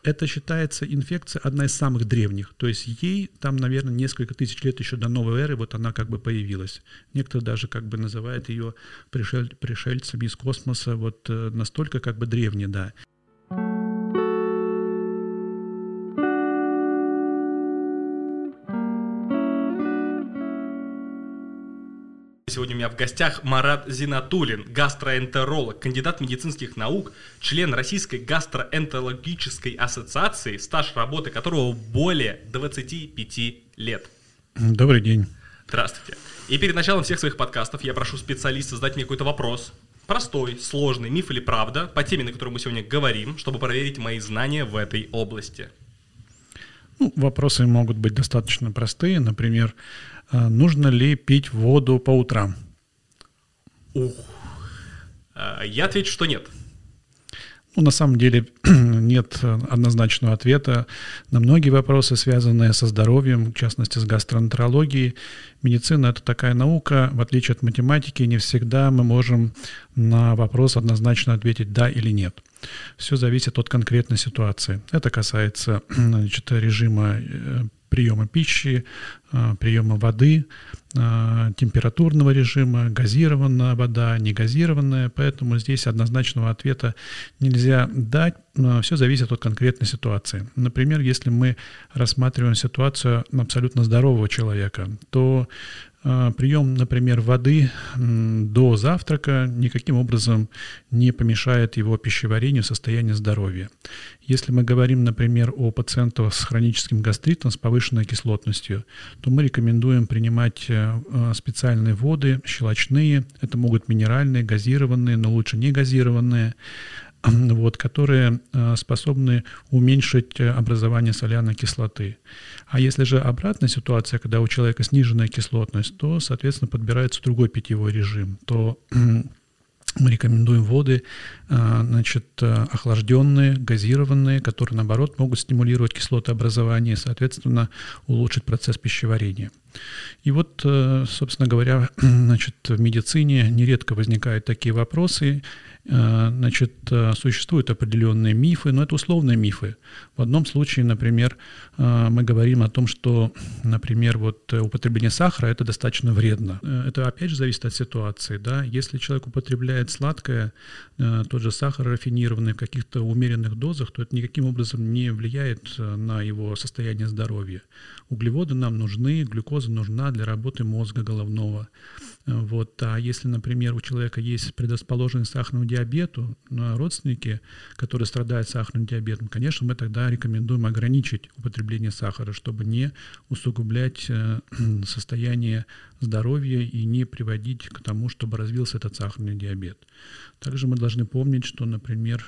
это считается инфекция одна из самых древних. То есть ей там, наверное, несколько тысяч лет еще до новой эры вот она как бы появилась. Некоторые даже как бы называют ее пришельцами из космоса. Вот настолько как бы древние, да. Сегодня у меня в гостях Марат Зинатуллин, гастроэнтеролог, кандидат медицинских наук, член Российской гастроэнтерологической ассоциации, стаж работы которого более 25 лет. Добрый день. Здравствуйте. И перед началом всех своих подкастов я прошу специалиста задать мне какой-то вопрос. Простой, сложный, миф или правда, по теме, на которой мы сегодня говорим, чтобы проверить мои знания в этой области. Вопросы могут быть достаточно простые. Например, нужно ли пить воду по утрам? Я отвечу, что нет. На самом деле нет однозначного ответа на многие вопросы, связанные со здоровьем, в частности с гастроэнтерологией. Медицина – это такая наука, в отличие от математики, не всегда мы можем на вопрос однозначно ответить «да» или «нет». Все зависит от конкретной ситуации. Это касается режима приема пищи, приема воды, температурного режима, газированная вода, негазированная. Поэтому здесь однозначного ответа нельзя дать. Все зависит от конкретной ситуации. Например, если мы рассматриваем ситуацию абсолютно здорового человека, то прием, например, воды до завтрака никаким образом не помешает его пищеварению, состоянию здоровья. Если мы говорим, например, о пациентах с хроническим гастритом, с повышенной кислотностью, то мы рекомендуем принимать специальные воды, щелочные, это могут минеральные, газированные, но лучше не газированные, которые способны уменьшить образование соляной кислоты. А если же обратная ситуация, когда у человека сниженная кислотность, то, соответственно, подбирается другой питьевой режим, то мы рекомендуем воды, охлажденные, газированные, которые, наоборот, могут стимулировать кислотообразование и, соответственно, улучшить процесс пищеварения. И вот, собственно говоря, в медицине нередко возникают такие вопросы. Существуют определенные мифы, но это условные мифы. В одном случае, например, мы говорим о том, что, например, употребление сахара – это достаточно вредно. Это, опять же, зависит от ситуации. Да? Если человек употребляет сладкое, тот же сахар рафинированный в каких-то умеренных дозах, то это никаким образом не влияет на его состояние здоровья. Углеводы нам нужны, глюкоза нужна для работы мозга головного. А если, например, у человека есть предрасположенность к сахарному диабету, родственники, которые страдают сахарным диабетом, конечно, мы тогда рекомендуем ограничить употребление сахара, чтобы не усугублять состояние здоровья и не приводить к тому, чтобы развился этот сахарный диабет. Также мы должны помнить, что, например,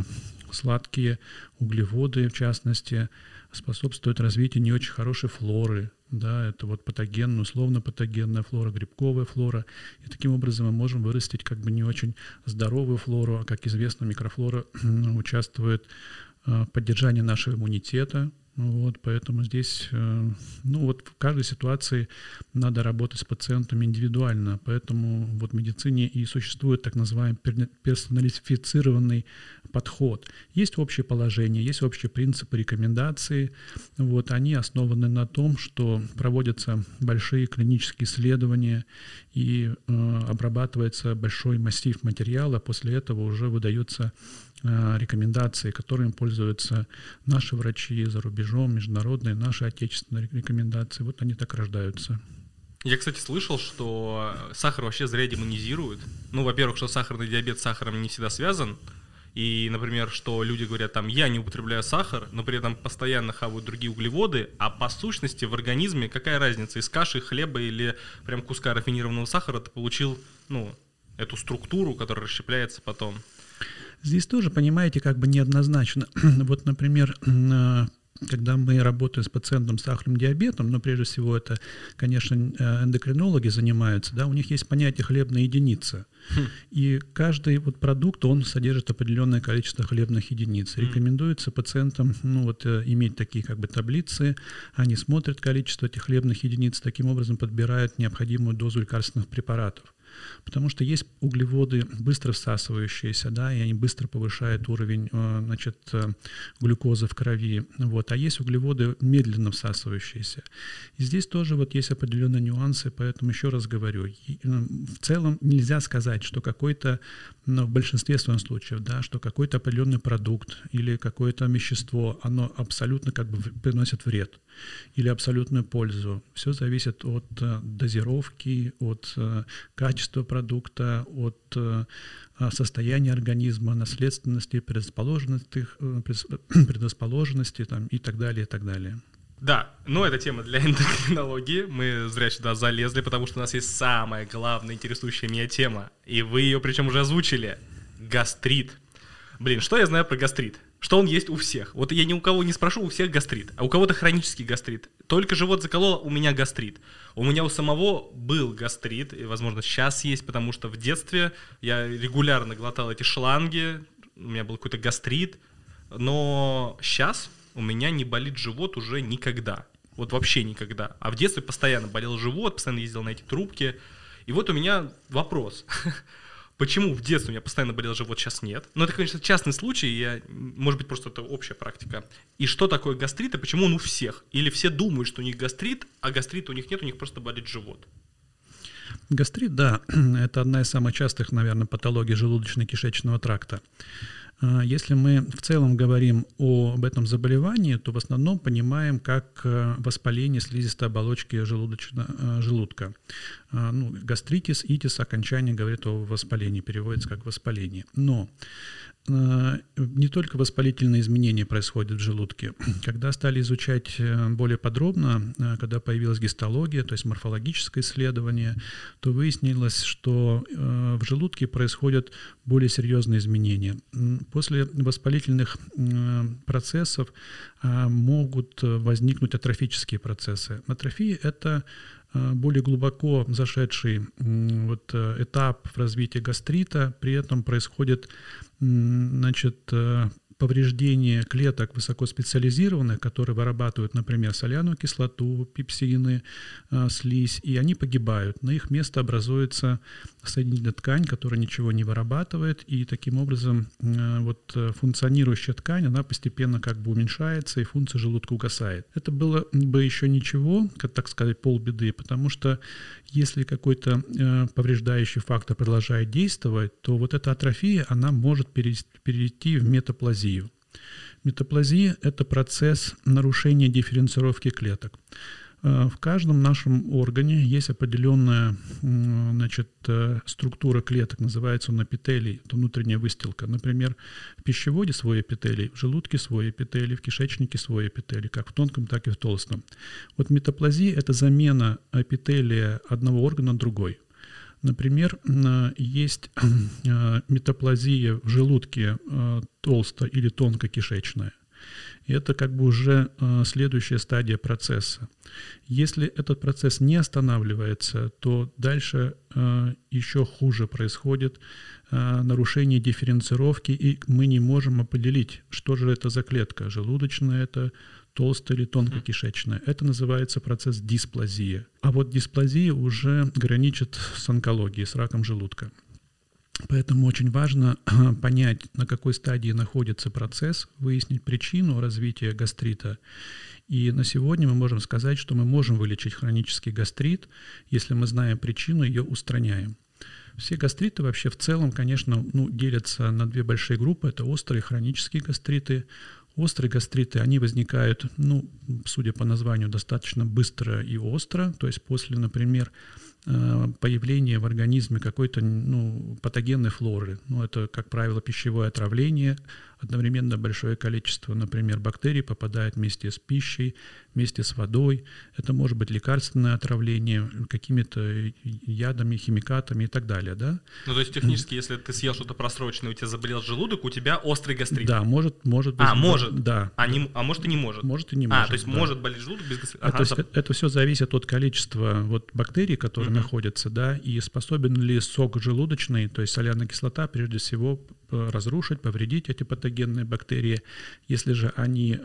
сладкие углеводы, в частности, способствуют развитию не очень хорошей флоры. Да, это патогенная, условно патогенная флора, грибковая флора. И таким образом мы можем вырастить не очень здоровую флору, а, как известно, микрофлора участвует в поддержании нашего иммунитета. Поэтому здесь, в каждой ситуации надо работать с пациентом индивидуально. Поэтому в медицине и существует так называемый персоналифицированный подход. Есть общее положение, есть общие принципы, рекомендации. Они основаны на том, что проводятся большие клинические исследования и обрабатывается большой массив материала. После этого уже выдаются рекомендации, которыми пользуются наши врачи за рубежом, международные, наши отечественные рекомендации. Они так рождаются. Я, кстати, слышал, что сахар вообще зря демонизируют. Во-первых, что сахарный диабет с сахаром не всегда связан. И, например, что люди говорят, я не употребляю сахар, но при этом постоянно хавают другие углеводы, а по сущности в организме какая разница, из каши, хлеба или прям куска рафинированного сахара ты получил, эту структуру, которая расщепляется потом. Здесь тоже, понимаете, неоднозначно. Например, когда мы работаем с пациентом с сахарным диабетом, прежде всего это, конечно, эндокринологи занимаются, да, у них есть понятие хлебная единица. И каждый продукт, он содержит определенное количество хлебных единиц. Рекомендуется пациентам иметь такие таблицы, они смотрят количество этих хлебных единиц, таким образом подбирают необходимую дозу лекарственных препаратов. Потому что есть углеводы быстро всасывающиеся, да, и они быстро повышают уровень, глюкозы в крови, вот, а есть углеводы медленно всасывающиеся. И здесь тоже вот есть определенные нюансы, поэтому еще раз говорю, в целом нельзя сказать, что какой-то, в большинстве своем случаев, да, что какой-то определенный продукт или какое-то вещество, оно абсолютно как бы приносит вред или абсолютную пользу. Все зависит от дозировки, от качества продукта, от состояния организма, наследственности, предрасположенности там, и так далее, и так далее. Да, но это тема для эндокринологии. Мы зря сюда залезли, потому что у нас есть самая главная интересующая меня тема. И вы ее причем уже озвучили. Гастрит. Блин, что я знаю про гастрит? Что он есть у всех. Вот я ни у кого не спрошу, у всех гастрит. А у кого-то хронический гастрит. Только живот закололо, у меня гастрит. У меня у самого был гастрит, и, возможно, сейчас есть, потому что в детстве я регулярно глотал эти шланги, у меня был какой-то гастрит. Но сейчас у меня не болит живот уже никогда. Вот вообще никогда. А в детстве постоянно болел живот, постоянно ездил на эти трубки. И вот у меня вопрос. Почему в детстве у меня постоянно болел живот, сейчас нет? Но это, конечно, частный случай, может быть, просто это общая практика. И что такое гастрит, и почему он у всех? Или все думают, что у них гастрит, а гастрита у них нет, у них просто болит живот? Гастрит, да, это одна из самых частых, наверное, патологий желудочно-кишечного тракта. Если мы в целом говорим об этом заболевании, то в основном понимаем как воспаление слизистой оболочки желудка. Гастритис, итис, окончание говорит о воспалении, переводится как воспаление. Но не только воспалительные изменения происходят в желудке. Когда стали изучать более подробно, когда появилась гистология, то есть морфологическое исследование, то выяснилось, что в желудке происходят более серьезные изменения. После воспалительных процессов могут возникнуть атрофические процессы. Атрофия – это более глубоко зашедший этап в развитии гастрита, при этом происходит повреждение клеток высокоспециализированных, которые вырабатывают, например, соляную кислоту, пепсины, слизь, и они погибают. На их место образуется соединительная ткань, которая ничего не вырабатывает, и таким образом функционирующая ткань, она постепенно как бы уменьшается, и функция желудка угасает. Это было бы еще ничего, как так сказать, полбеды, потому что если какой-то повреждающий фактор продолжает действовать, то вот эта атрофия, она может перейти в метаплазию. Метаплазия – это процесс нарушения дифференцировки клеток. В каждом нашем органе есть определенная структура клеток, называется он эпителий, это внутренняя выстилка. Например, в пищеводе свой эпителий, в желудке свой эпителий, в кишечнике свой эпителий, как в тонком, так и в толстом. Вот метаплазия – это замена эпителия одного органа на другой. Например, есть метаплазия в желудке толсто- или тонкокишечная. И это как бы уже следующая стадия процесса. Если этот процесс не останавливается, то дальше еще хуже происходит нарушение дифференцировки, и мы не можем определить, что же это за клетка, желудочная это, толстая или тонкокишечная. Это называется процесс дисплазии. А вот дисплазия уже граничит с онкологией, с раком желудка. Поэтому очень важно понять, на какой стадии находится процесс, выяснить причину развития гастрита. И на сегодня мы можем сказать, что мы можем вылечить хронический гастрит, если мы знаем причину, ее устраняем. Все гастриты вообще в целом, конечно, делятся на две большие группы. Это острые и хронические гастриты. Острые гастриты, они возникают, судя по названию, достаточно быстро и остро. То есть после, например, появления в организме какой-то патогенной флоры. Это, как правило, пищевое отравление. Одновременно большое количество, например, бактерий попадает вместе с пищей, вместе с водой. Это может быть лекарственное отравление какими-то ядами, химикатами и так далее. Да? То есть технически, если ты съел что-то просроченное, у тебя заболел желудок, у тебя острый гастрит? Да, может быть. Может? Да. Может и не может? Может и не может. То есть может болеть желудок без гастрита? То есть это все зависит от количества бактерий, которые находятся, да, и способен ли сок желудочный, то есть соляная кислота, прежде всего разрушить, повредить эти патогенные бактерии. Если же они,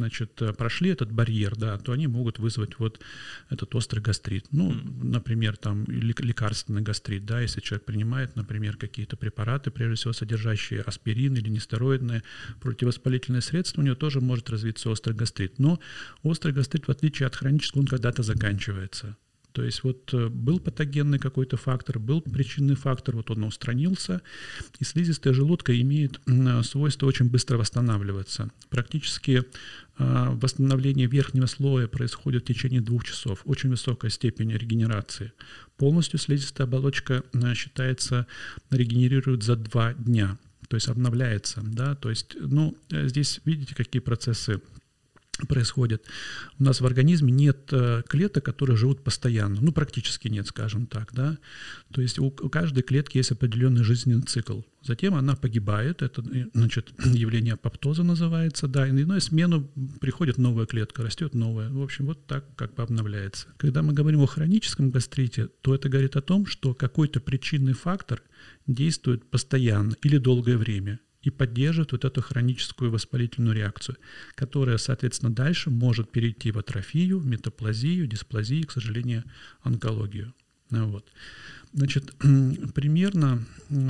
прошли этот барьер, да, то они могут вызвать вот этот острый гастрит. Ну, например, там лекарственный гастрит, да, если человек принимает, например, какие-то препараты, прежде всего содержащие аспирин или нестероидные противовоспалительные средства, у него тоже может развиться острый гастрит. Но острый гастрит, в отличие от хронического, он когда-то заканчивается. То есть вот был патогенный какой-то фактор, был причинный фактор, вот он устранился, и слизистая желудка имеет свойство очень быстро восстанавливаться. Практически восстановление верхнего слоя происходит в течение 2 часов, очень высокая степень регенерации. Полностью слизистая оболочка, считается, регенерирует за 2 дня, то есть обновляется. Да? То есть, здесь видите, какие процессы происходит. У нас в организме нет клеток, которые живут постоянно. Практически нет, скажем так. Да? То есть у каждой клетки есть определенный жизненный цикл. Затем она погибает, это, явление апоптоза называется, да, и на иную смену приходит новая клетка, растет новая. В общем, вот так как бы обновляется. Когда мы говорим о хроническом гастрите, то это говорит о том, что какой-то причинный фактор действует постоянно или долгое время и поддерживает вот эту хроническую воспалительную реакцию, которая, соответственно, дальше может перейти в атрофию, метаплазию, дисплазию, к сожалению, онкологию. Вот. Значит, примерно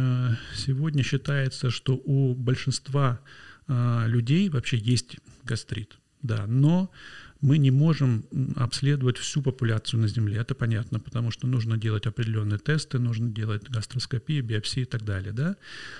сегодня считается, что у большинства людей вообще есть гастрит, да, но мы не можем обследовать всю популяцию на Земле, это понятно, потому что нужно делать определенные тесты, нужно делать гастроскопию, биопсии и так далее, да.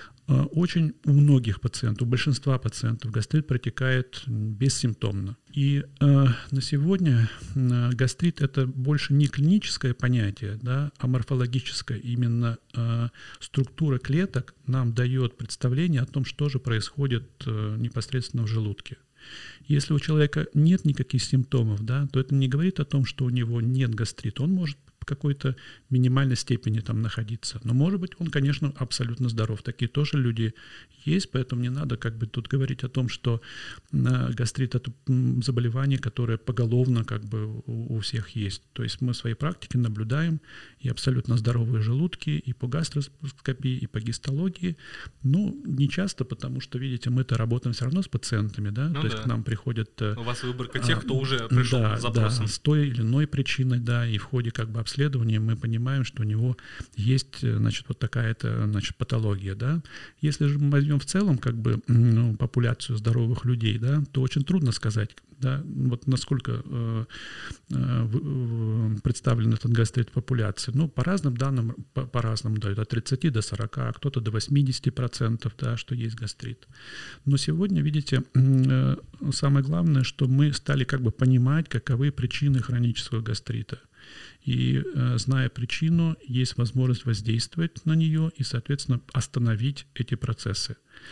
Очень у многих пациентов, у большинства пациентов гастрит протекает бессимптомно. И на сегодня гастрит – это больше не клиническое понятие, да, а морфологическое. Именно структура клеток нам дает представление о том, что же происходит непосредственно в желудке. Если у человека нет никаких симптомов, да, то это не говорит о том, что у него нет гастрита. Он может в какой-то минимальной степени там находиться. Но, может быть, он, конечно, абсолютно здоров. Такие тоже люди есть, поэтому не надо как бы тут говорить о том, что гастрит – это заболевание, которое поголовно как бы у всех есть. То есть мы в своей практике наблюдаем и абсолютно здоровые желудки, и по гастроскопии, и по гистологии. Не часто, потому что, видите, мы-то работаем все равно с пациентами, да, то есть к нам приходят… У вас выборка тех, кто уже пришел с запросом. Да, с той или иной причиной, да, и в ходе как бы обследования мы понимаем, что у него есть, вот такая-то, патология, да. Если же мы возьмем в целом, как бы, популяцию здоровых людей, да, то очень трудно сказать, да, вот насколько представлен этот гастрит в популяции. По разным данным, по-разному дают, от 30 до 40, а кто-то до 80%, да, что есть гастрит. Но сегодня, видите, самое главное, что мы стали как бы понимать, каковы причины хронического гастрита. И, зная причину, есть возможность воздействовать на нее и, соответственно, остановить эти процессы.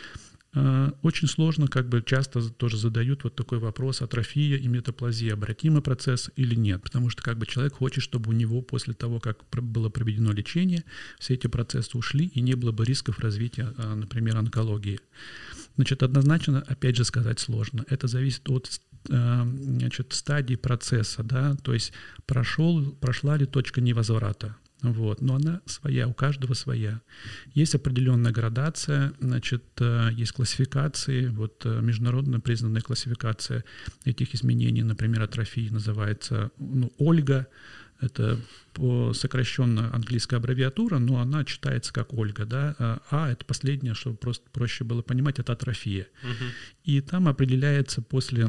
Очень сложно, как бы часто тоже задают вот такой вопрос: атрофия и метаплазия, обратимый процесс или нет? Потому что как бы человек хочет, чтобы у него после того, как было проведено лечение, все эти процессы ушли и не было бы рисков развития, например, онкологии. Однозначно, опять же, сказать сложно. Это зависит от стадии процесса, да, то есть прошла ли точка невозврата. Вот. Но она своя, у каждого своя. Есть определенная градация, есть классификации, международно признанная классификация этих изменений, например, атрофии называется Ольга. Это сокращенно английская аббревиатура, но она читается как Ольга, да. А это последнее, чтобы просто проще было понимать, это атрофия. И там определяется после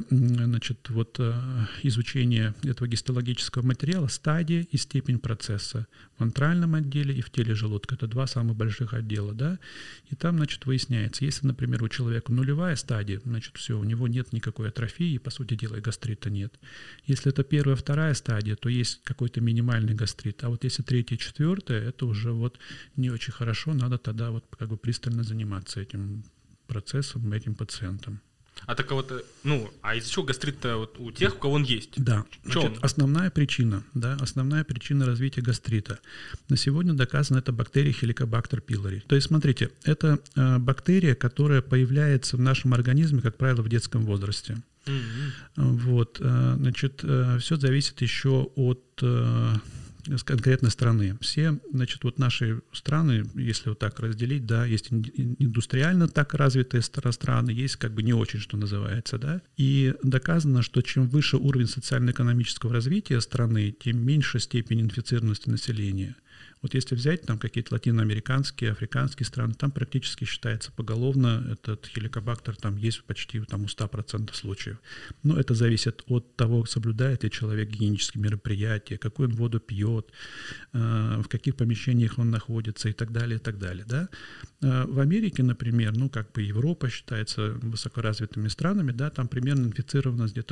изучения этого гистологического материала стадия и степень процесса в антральном отделе и в теле желудка. Это 2 самых больших отдела, да. И там, выясняется, если, например, у человека нулевая стадия, все, у него нет никакой атрофии, по сути дела, и гастрита нет. Если это 1-я, 2-я стадия, то есть какой-то минимальный гастрит. А вот если 3-я, 4-я, это уже не очень хорошо, надо тогда пристально заниматься этим процессом, этим пациентом. А так из-за чего гастрит-то у тех, у кого он есть? Да, основная причина развития гастрита. На сегодня доказано, это бактерия Helicobacter pylori. То есть, смотрите, это бактерия, которая появляется в нашем организме, как правило, в детском возрасте. Все зависит еще от с конкретной страны. Все, значит, вот наши страны, если вот так разделить, да, есть индустриально так развитые страны, есть как бы не очень, что называется, да. И доказано, что чем выше уровень социально-экономического развития страны, тем меньше степень инфицированности населения. Вот если взять там какие-то латиноамериканские, африканские страны, там практически считается поголовно этот хеликобактер там есть почти там, у 100% случаев. Но это зависит от того, соблюдает ли человек гигиенические мероприятия, какую он воду пьет, в каких помещениях он находится и так далее, и так далее. Да? В Америке, например, ну как бы Европа считается высокоразвитыми странами, да, там примерно инфицированность где-то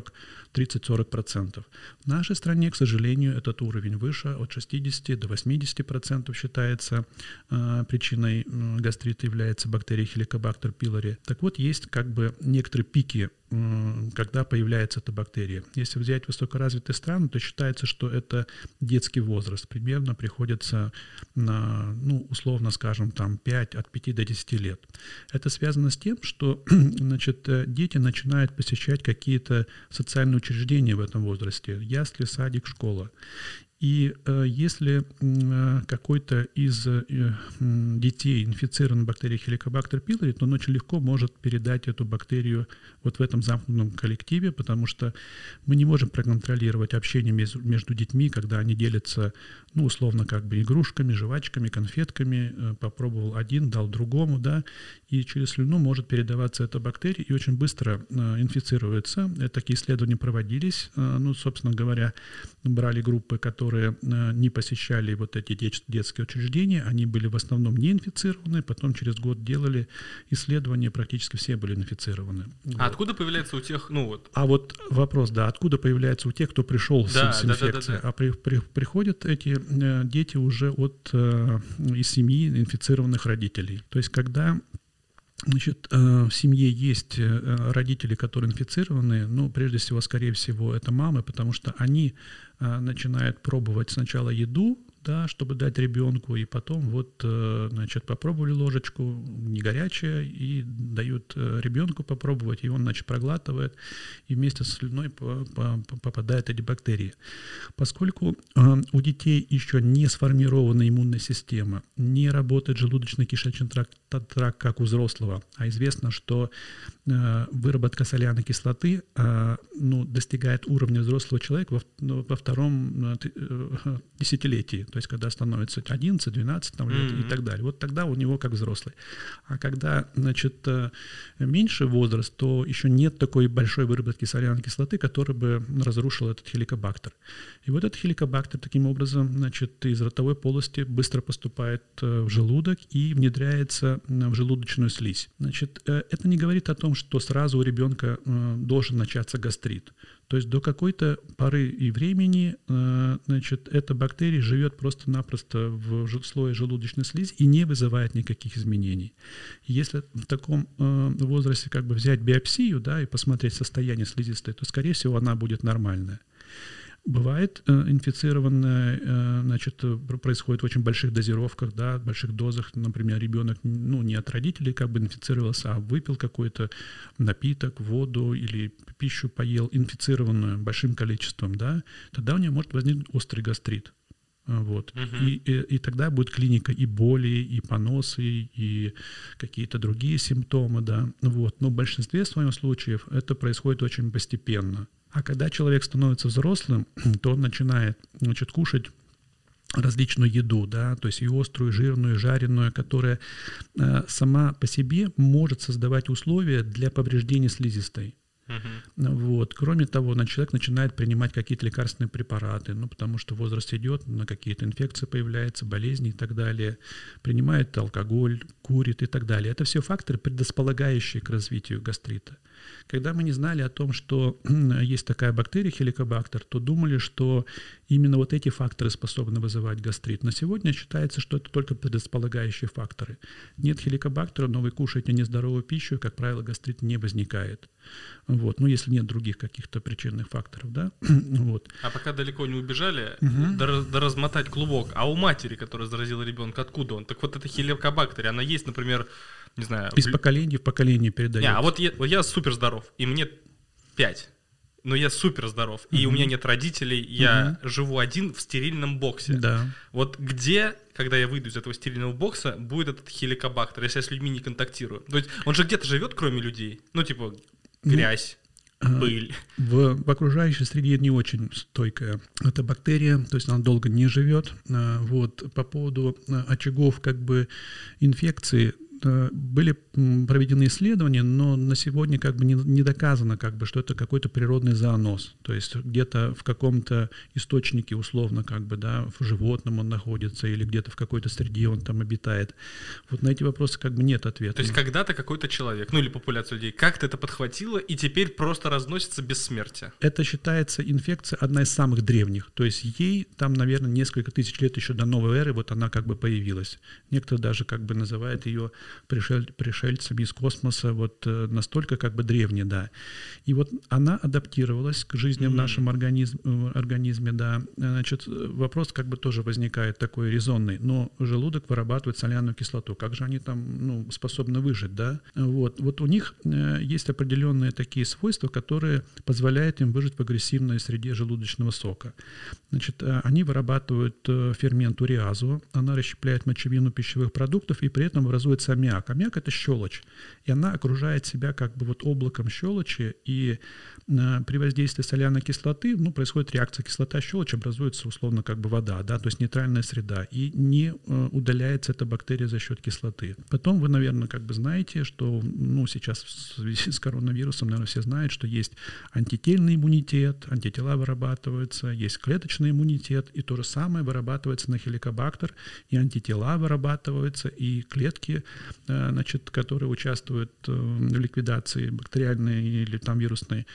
30-40%. В нашей стране, к сожалению, этот уровень выше, от 60 до 80% считается причиной гастрита является бактерия Helicobacter pylori. Так вот, есть как бы некоторые пики, когда появляется эта бактерия. Если взять высокоразвитые страны, то считается, что это детский возраст. Примерно приходится на, ну, условно скажем, там от 5 до 10 лет. Это связано с тем, что значит, дети начинают посещать какие-то социальные учреждения в этом возрасте. Ясли, садик, школа. И если какой-то из детей инфицирован бактерией Helicobacter pylori, то он очень легко может передать эту бактерию вот в этом замкнутом коллективе, потому что мы не можем проконтролировать общение между детьми, когда они делятся, ну, условно, как бы игрушками, жвачками, конфетками, попробовал один, дал другому, да, и через слюну может передаваться эта бактерия и очень быстро инфицируется. Такие исследования проводились, ну, собственно говоря, брали группы, которые не посещали вот эти детские учреждения, они были в основном не инфицированы, потом через год делали исследования, практически все были инфицированы. А откуда появляется у тех, ну вот? А вот вопрос, да, откуда появляется у тех, кто пришел с инфекцией? Да. А приходят эти дети уже из семьи инфицированных родителей. То есть когда... Значит, в семье есть родители, которые инфицированы, ну, прежде всего, скорее всего, это мамы, потому что они начинают пробовать сначала еду, да, чтобы дать ребенку, и потом вот, значит, попробовали ложечку, не горячая, и дают ребенку попробовать, и он, значит, проглатывает, и вместе с слюной попадают эти бактерии. Поскольку у детей еще не сформирована иммунная система, не работает желудочно-кишечный тракт, как у взрослого, а известно, что выработка соляной кислоты достигает уровня взрослого человека во втором десятилетии, то есть когда становится 11-12 лет и так далее. Вот тогда у него как взрослый. А когда, значит, меньший возраст, то еще нет такой большой выработки соляной кислоты, которая бы разрушила этот хеликобактер. И вот этот хеликобактер таким образом, значит, из ротовой полости быстро поступает в желудок и внедряется в желудочную слизь. Значит, это не говорит о том, что сразу у ребенка должен начаться гастрит. То есть до какой-то поры и времени, значит, эта бактерия живет просто-напросто в слое желудочной слизи и не вызывает никаких изменений. Если в таком возрасте как бы взять биопсию, да, и посмотреть состояние слизистой, то, скорее всего, она будет нормальная. Бывает инфицированное, значит, происходит в очень больших дозировках, да, больших дозах. Например, ребенок, ну, не от родителей как бы инфицировался, а выпил какой-то напиток, воду или пищу поел, инфицированную большим количеством, да, тогда у него может возникнуть острый гастрит. Вот. И тогда будет клиника и боли, и поносы, и какие-то другие симптомы, да. Вот. Но в большинстве своих случаев это происходит очень постепенно. А когда человек становится взрослым, то он начинает, значит, кушать различную еду, да, то есть и острую, и жирную, и жареную, которая сама по себе может создавать условия для повреждения слизистой. Вот. Кроме того, человек начинает принимать какие-то лекарственные препараты, ну, потому что возраст идет, на какие-то инфекции появляются, болезни и так далее, принимает алкоголь, курит и так далее. Это все факторы, предрасполагающие к развитию гастрита. Когда мы не знали о том, что есть такая бактерия хеликобактер, то думали, что именно вот эти факторы способны вызывать гастрит. На сегодня считается, что это только предрасполагающие факторы. Нет хеликобактера, но вы кушаете нездоровую пищу, как правило, гастрит не возникает. Вот. Ну, если нет других каких-то причинных факторов, да. Вот. А пока далеко не убежали, доразмотать клубок. А у матери, которая заразила ребенка, откуда он? Так вот эта хеликобактер, она есть, например, не знаю... Из поколения в поколение передается. А вот я супер здоров, и мне 5. но я супер здоров, и у меня нет родителей, я живу один в стерильном боксе. Да. Вот где, когда я выйду из этого стерильного бокса, будет этот хеликобактер, если я с людьми не контактирую? То есть он же где-то живет, кроме людей? Ну, типа, грязь. Пыль. В окружающей среде не очень стойкая эта бактерия, то есть она долго не живет. Вот. По поводу очагов как бы инфекции были проведены исследования, но на сегодня как бы не доказано, как бы, что это какой-то природный зооноз. То есть где-то в каком-то источнике, условно, как бы, да, в животном он находится или где-то в какой-то среде он там обитает. Вот на эти вопросы как бы нет ответа. То есть когда-то какой-то человек, ну или популяция людей, как-то это подхватило и теперь просто разносится без смерти? Это считается инфекция одна из самых древних. То есть ей там, наверное, несколько тысяч лет еще до новой эры вот она как бы появилась. Некоторые даже как бы называют ее пришельцами из космоса, вот настолько как бы древние, да. И вот она адаптировалась к жизни в нашем организме, да. Значит, вопрос как бы тоже возникает такой резонный, но желудок вырабатывает соляную кислоту, как же они там, способны выжить, да? Вот у них есть определенные такие свойства, которые позволяют им выжить в агрессивной среде желудочного сока. Значит, они вырабатывают фермент уреазу, она расщепляет мочевину пищевых продуктов и при этом образуется аммиак. Аммиак — это щелочь, и она окружает себя как бы вот облаком щелочи, и при воздействии соляной кислоты, происходит реакция кислота-щелочь, образуется условно как бы вода, да, то есть нейтральная среда, и не удаляется эта бактерия за счет кислоты. Потом вы, наверное, как бы знаете, что, сейчас в связи с коронавирусом, наверное, все знают, что есть антительный иммунитет, антитела вырабатываются, есть клеточный иммунитет, и то же самое вырабатывается на хеликобактер, и антитела вырабатываются, и клетки, значит, которые участвуют в ликвидации бактериальной или там вирусной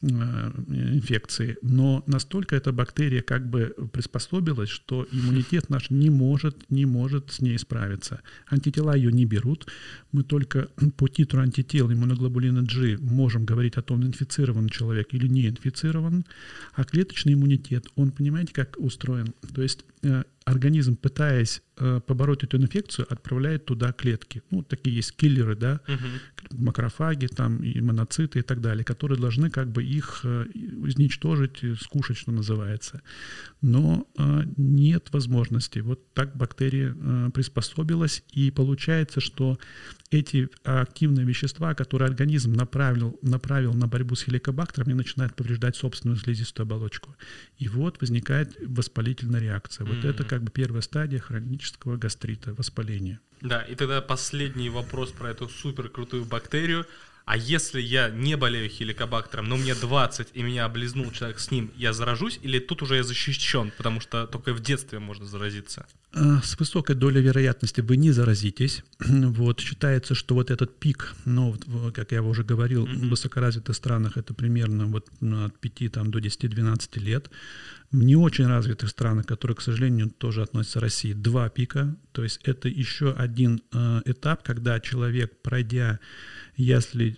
инфекции. Но настолько эта бактерия как бы приспособилась, что иммунитет наш не может с ней справиться. Антитела ее не берут. Мы только по титру антител иммуноглобулина G можем говорить о том, инфицирован человек или не инфицирован. А клеточный иммунитет, он, понимаете, как устроен? То есть организм, пытаясь побороть эту инфекцию, отправляет туда клетки. Такие есть киллеры, да, макрофаги, там, и моноциты и так далее, которые должны как бы их изничтожить, скушать, что называется. Но нет возможности. Вот так бактерия приспособилась, и получается, что эти активные вещества, которые организм направил на борьбу с хеликобактером, они начинают повреждать собственную слизистую оболочку. И вот возникает воспалительная реакция. Вот это как бы первая стадия хронического гастрита, воспаления. Да, и тогда последний вопрос про эту супер крутую бактерию. А если я не болею хеликобактером, но мне 20, и меня облизнул человек с ним, я заражусь? Или тут уже я защищен, потому что только в детстве можно заразиться? С высокой долей вероятности вы не заразитесь. Вот, считается, что вот этот пик, как я уже говорил, в высокоразвитых странах это примерно от 5 до 10-12 лет. В не очень развитых странах, которые, к сожалению, тоже относятся к России, 2 пика. То есть это еще один этап, когда человек, пройдя, если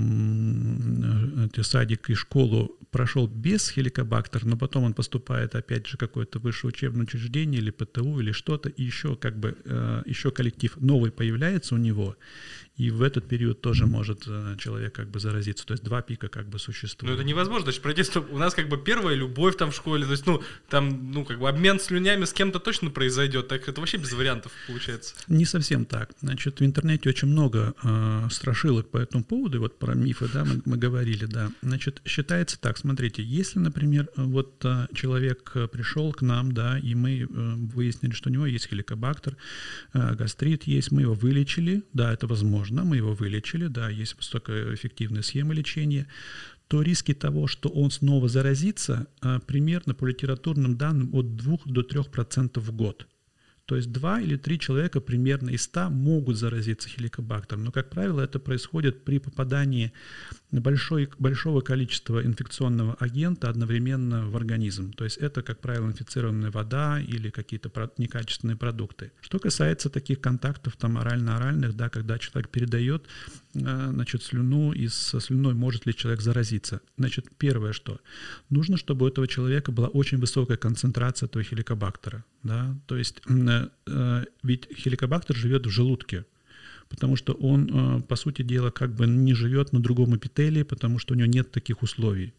там садик и школу прошел без хеликобактера, но потом он поступает опять же в какое-то высшее учебное учреждение или ПТУ или что-то, и еще как бы еще коллектив новый появляется у него, и в этот период тоже может человек как бы заразиться. То есть 2 пика как бы существуют. Но это невозможно. У нас как бы первая любовь там в школе, то есть как бы обмен слюнями с кем-то точно произойдет, так это вообще без вариантов получается. Не совсем так. Значит, в интернете очень много страшилок по этому поводу, и вот про мифы, да, мы говорили, да. Значит, считается так, смотрите, если, например, вот человек пришел к нам, да, и мы выяснили, что у него есть хеликобактер, гастрит есть, мы его вылечили, да, это возможно, мы его вылечили, да, есть высокоэффективные схемы лечения, то риски того, что он снова заразится, примерно по литературным данным от 2 до 3% в год. То есть 2 или 3 человека примерно из 100 могут заразиться хеликобактером, но, как правило, это происходит при попадании большого количества инфекционного агента одновременно в организм. То есть это, как правило, инфицированная вода или какие-то некачественные продукты. Что касается таких контактов там орально-оральных, да, когда человек передает слюну, и со слюной может ли человек заразиться. Значит, первое, что нужно, чтобы у этого человека была очень высокая концентрация этого хеликобактера. Да? То есть ведь хеликобактер живет в желудке, потому что он, по сути дела, как бы не живет на другом эпителии, потому что у него нет таких условий.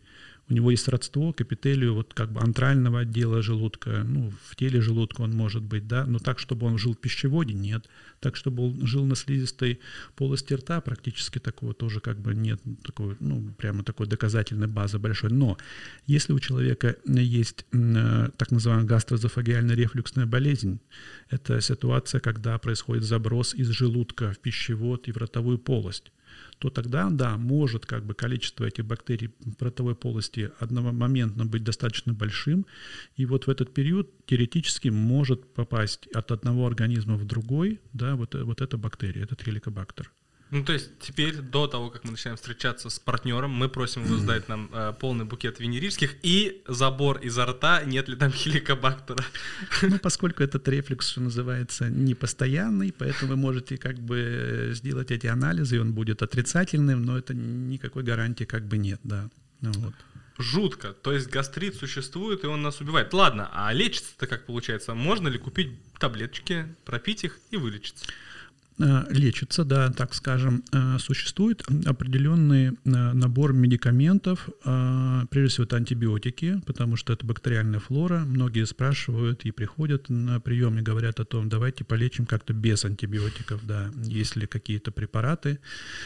у него есть родство к эпителию вот как бы антрального отдела желудка, ну, в теле желудка он может быть, да, но так, чтобы он жил в пищеводе, нет. Так, чтобы он жил на слизистой полости рта, практически такого тоже как бы нет, такой, ну, прямо такой доказательной базы большой. Но если у человека есть так называемая гастроэзофагеальная рефлюксная болезнь, это ситуация, когда происходит заброс из желудка в пищевод и в ротовую полость, то тогда, да, может как бы количество этих бактерий в ротовой полости одномоментно быть достаточно большим, и вот в этот период теоретически может попасть от одного организма в другой, да, вот эта бактерия, этот хеликобактер. Ну, то есть теперь, до того, как мы начинаем встречаться с партнером, мы просим его сдать нам полный букет венерических и забор изо рта, нет ли там хеликобактера. Ну, поскольку этот рефлюкс, что называется, непостоянный, поэтому вы можете как бы сделать эти анализы, и он будет отрицательным, но это никакой гарантии как бы нет, да. Вот. Жутко. То есть гастрит существует, и он нас убивает. Ладно, а лечится-то как получается? Можно ли купить таблеточки, пропить их и вылечиться? Лечится, да, так скажем. Существует определенный набор медикаментов, прежде всего это антибиотики, потому что это бактериальная флора. Многие спрашивают и приходят на прием и говорят о том, давайте полечим как-то без антибиотиков, да, есть ли какие-то препараты.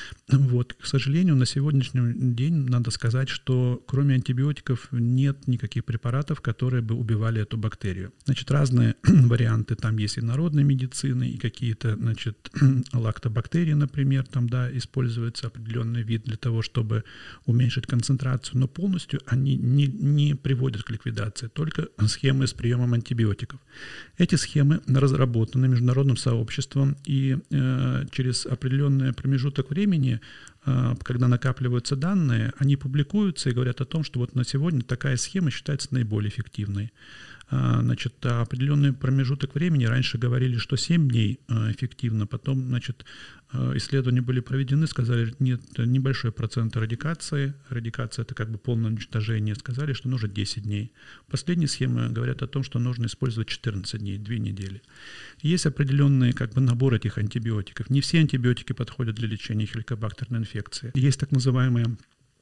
Вот, к сожалению, на сегодняшний день надо сказать, что кроме антибиотиков нет никаких препаратов, которые бы убивали эту бактерию. Значит, разные варианты, там есть и народной медицины, и какие-то, значит, лактобактерии, например, там, да, используется определенный вид для того, чтобы уменьшить концентрацию, но полностью они не приводят к ликвидации, только схемы с приемом антибиотиков. Эти схемы разработаны международным сообществом, и через определенный промежуток времени, когда накапливаются данные, они публикуются и говорят о том, что вот на сегодня такая схема считается наиболее эффективной. Значит, определенный промежуток времени, раньше говорили, что 7 дней эффективно, потом, значит, исследования были проведены, сказали, нет, небольшой процент радикация это как бы полное уничтожение, сказали, что нужно 10 дней. Последние схемы говорят о том, что нужно использовать 14 дней, 2 недели. Есть определенный как бы набор этих антибиотиков. Не все антибиотики подходят для лечения хеликобактерной инфекции. Есть так называемые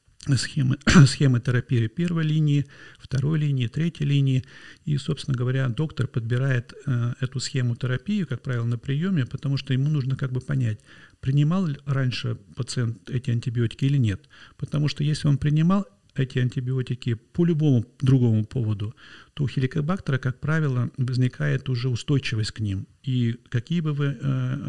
схемы терапии первой линии, второй линии, третьей линии. И, собственно говоря, доктор подбирает эту схему терапии, как правило, на приеме, потому что ему нужно как бы понять, принимал ли раньше пациент эти антибиотики или нет. Потому что если он принимал эти антибиотики по любому другому поводу, то у хеликобактера, как правило, возникает уже устойчивость к ним. И какие бы вы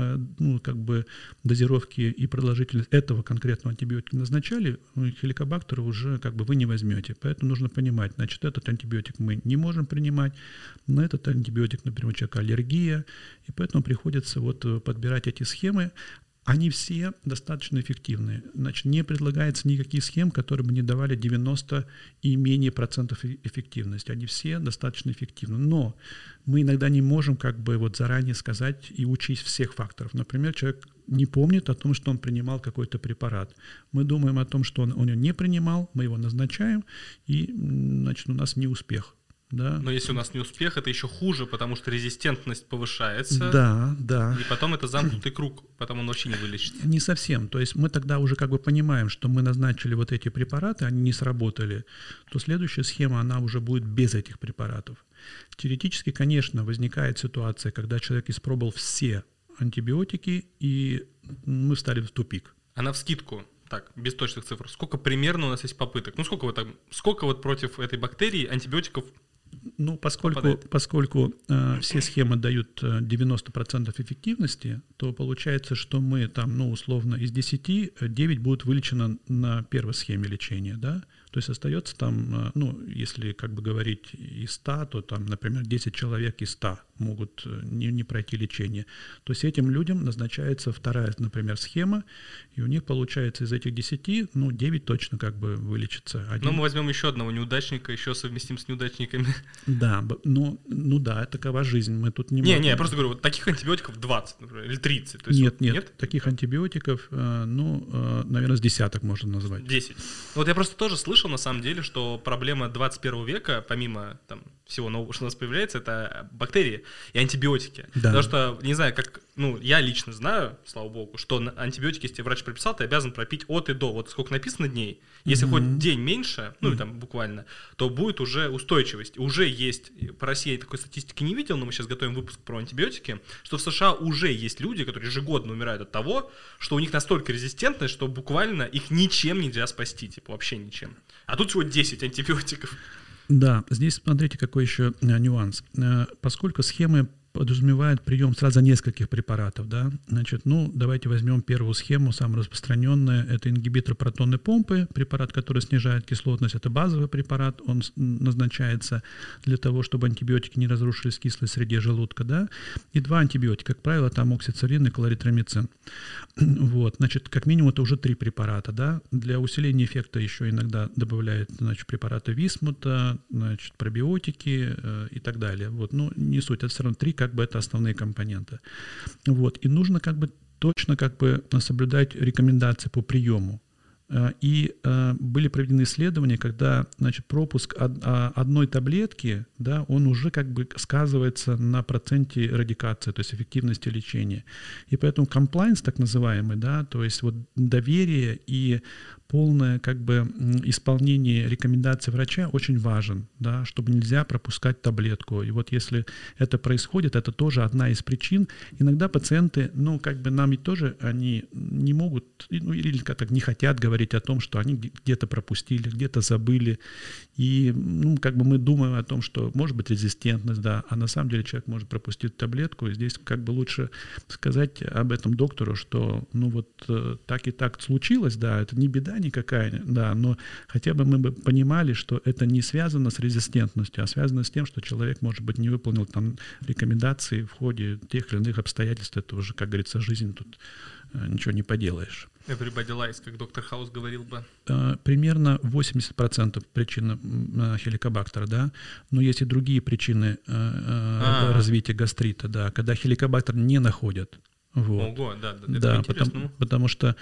как бы дозировки и продолжительность этого конкретного антибиотика назначали, хеликобактера уже как бы вы не возьмете. Поэтому нужно понимать, значит, этот антибиотик мы не можем принимать, на этот антибиотик, например, у человека аллергия, и поэтому приходится вот подбирать эти схемы. Они все достаточно эффективные. Значит, не предлагается никаких схем, которые бы не давали 90 и менее процентов эффективности. Они все достаточно эффективны. Но мы иногда не можем как бы вот заранее сказать и учесть всех факторов. Например, человек не помнит о том, что он принимал какой-то препарат. Мы думаем о том, что он его не принимал, мы его назначаем, и, значит, у нас не успех. Да. Но если у нас не успех, это еще хуже, потому что резистентность повышается. Да, да. И потом это замкнутый круг, потом он вообще не вылечится. Не совсем. То есть мы тогда уже как бы понимаем, что мы назначили вот эти препараты, они не сработали, то следующая схема, она уже будет без этих препаратов. Теоретически, конечно, возникает ситуация, когда человек испробовал все антибиотики, и мы встали в тупик. А навскидку, так, без точных цифр, сколько примерно у нас есть попыток? Ну, сколько вот против этой бактерии антибиотиков? Ну, поскольку все схемы дают 90% эффективности, то получается, что мы там, ну, условно, из 10, 9 будут вылечено на первой схеме лечения, да? То есть остается там, ну, если как бы говорить из 100, то там, например, 10 человек из 100 могут не пройти лечение. То есть этим людям назначается вторая, например, схема, и у них получается из этих 10, ну, 9 точно как бы вылечится. Но мы возьмем еще одного неудачника, еще совместим с неудачниками. Да, ну да, такова жизнь. Мы тут не можем... Не, я просто говорю, вот таких антибиотиков 20, например, или 30. То есть нет, таких антибиотиков, наверное, с десяток можно назвать. 10. Вот я просто тоже слышал, слышал, на самом деле, что проблема 21 века, помимо там всего нового, что у нас появляется, это бактерии и антибиотики. Да. Потому что, не знаю, как, я лично знаю, слава богу, что антибиотики, если тебе врач прописал, ты обязан пропить от и до. Вот сколько написано дней. Если хоть день меньше, там буквально, то будет уже устойчивость. Уже есть, по России я такой статистики не видел, но мы сейчас готовим выпуск про антибиотики, что в США уже есть люди, которые ежегодно умирают от того, что у них настолько резистентность, что буквально их ничем нельзя спасти, вообще ничем. А тут всего 10 антибиотиков. Да, здесь смотрите, какой еще нюанс. Поскольку схемы подразумевает прием сразу нескольких препаратов, да, значит, давайте возьмем первую схему, самую распространенную, это ингибитор протонной помпы, препарат, который снижает кислотность, это базовый препарат, он назначается для того, чтобы антибиотики не разрушились в кислой среде желудка, да, и 2 антибиотика, как правило, там оксициллин и кларитромицин. Вот, значит, как минимум это уже 3 препарата, да, для усиления эффекта еще иногда добавляют, значит, препараты висмута, значит, пробиотики и так далее, вот, не суть, это все равно 3 как бы это основные компоненты. Вот. И нужно точно соблюдать рекомендации по приему. И были проведены исследования, когда, значит, пропуск одной таблетки, да, он уже сказывается на проценте радикации, то есть эффективности лечения. И поэтому комплайнс, так называемый, да, то есть вот доверие и полное исполнение рекомендаций врача очень важен, да, чтобы нельзя пропускать таблетку. И вот если это происходит, это тоже одна из причин. Иногда пациенты, нам ведь тоже они не могут, или не хотят говорить о том, что они где-то пропустили, где-то забыли. И мы думаем о том, что может быть резистентность, да, а на самом деле человек может пропустить таблетку. И здесь лучше сказать об этом доктору, что так и так случилось, да, это не беда никакая, да, но хотя бы мы бы понимали, что это не связано с резистентностью, а связано с тем, что человек, может быть, не выполнил там рекомендации в ходе тех или иных обстоятельств. Это уже, как говорится, жизнь, тут ничего не поделаешь. Everybody lies, как доктор Хаус говорил бы. Примерно 80% причин хеликобактера, да, но есть и другие причины развития гастрита, да, когда хеликобактер не находят. Вот. Ого, да, потому что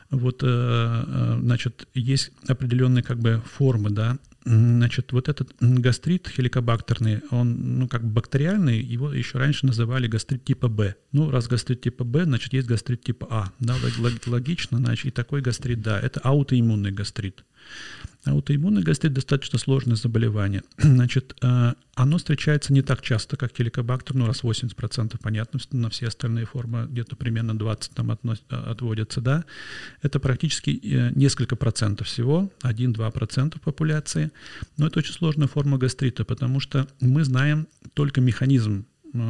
значит, есть определенные формы, да, значит, вот этот гастрит хеликобактерный, он, бактериальный, его еще раньше называли гастрит типа Б. Раз гастрит типа Б, значит, есть гастрит типа А, да, логично, значит, и такой гастрит, да, это аутоиммунный гастрит. Аутоиммунный гастрит достаточно сложное заболевание. Значит, оно встречается не так часто, как хеликобактер, раз 80%, понятно, на все остальные формы где-то примерно 20 там отводятся, да. Это практически несколько процентов всего, 1-2% популяции. Но это очень сложная форма гастрита, потому что мы знаем только механизм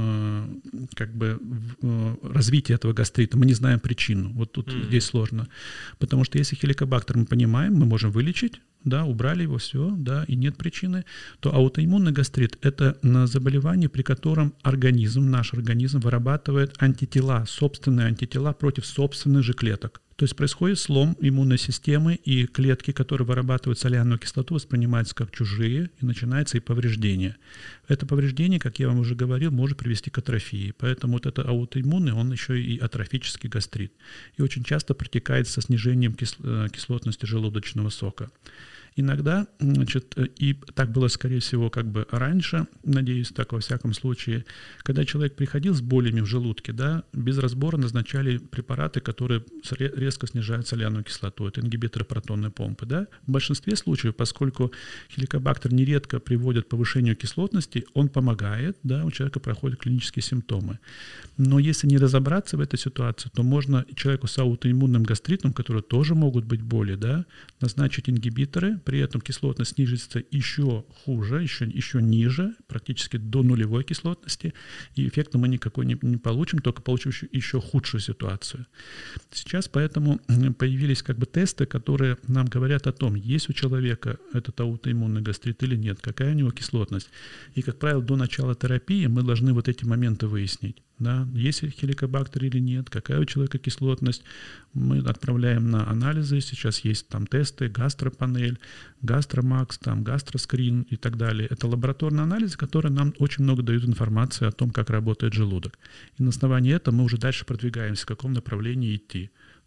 развития этого гастрита. Мы не знаем причину. Вот тут здесь сложно. Потому что если хеликобактер мы понимаем, мы можем вылечить, да, убрали его, все, да, и нет причины, то аутоиммунный гастрит – это заболевание, при котором наш организм вырабатывает антитела, собственные антитела против собственных же клеток. То есть происходит слом иммунной системы, и клетки, которые вырабатывают соляную кислоту, воспринимаются как чужие, и начинается и повреждение. Это повреждение, как я вам уже говорил, может привести к атрофии. Поэтому вот это аутоиммунный, он еще и атрофический гастрит. И очень часто протекает со снижением кислотности желудочного сока. Иногда, значит, и так было, скорее всего, раньше, надеюсь, так во всяком случае, когда человек приходил с болями в желудке, да, без разбора назначали препараты, которые резко снижают соляную кислоту. Это ингибиторы протонной помпы, да. В большинстве случаев, поскольку хеликобактер нередко приводит к повышению кислотности, он помогает, да, у человека проходят клинические симптомы. Но если не разобраться в этой ситуации, то можно человеку с аутоиммунным гастритом, которые тоже могут быть боли, да, назначить ингибиторы. При этом кислотность снижится еще хуже, еще ниже, практически до нулевой кислотности, и эффекта мы никакой не получим, только получим еще худшую ситуацию. Сейчас поэтому появились тесты, которые нам говорят о том, есть у человека этот аутоиммунный гастрит или нет, какая у него кислотность. И, как правило, до начала терапии мы должны вот эти моменты выяснить. Да, есть хеликобактер или нет, какая у человека кислотность. Мы отправляем на анализы, сейчас есть там тесты, гастропанель, гастромакс, там гастроскрин и так далее. Это лабораторные анализы, которые нам очень много дают информации о том, как работает желудок. И на основании этого мы уже дальше продвигаемся, в каком направлении идти.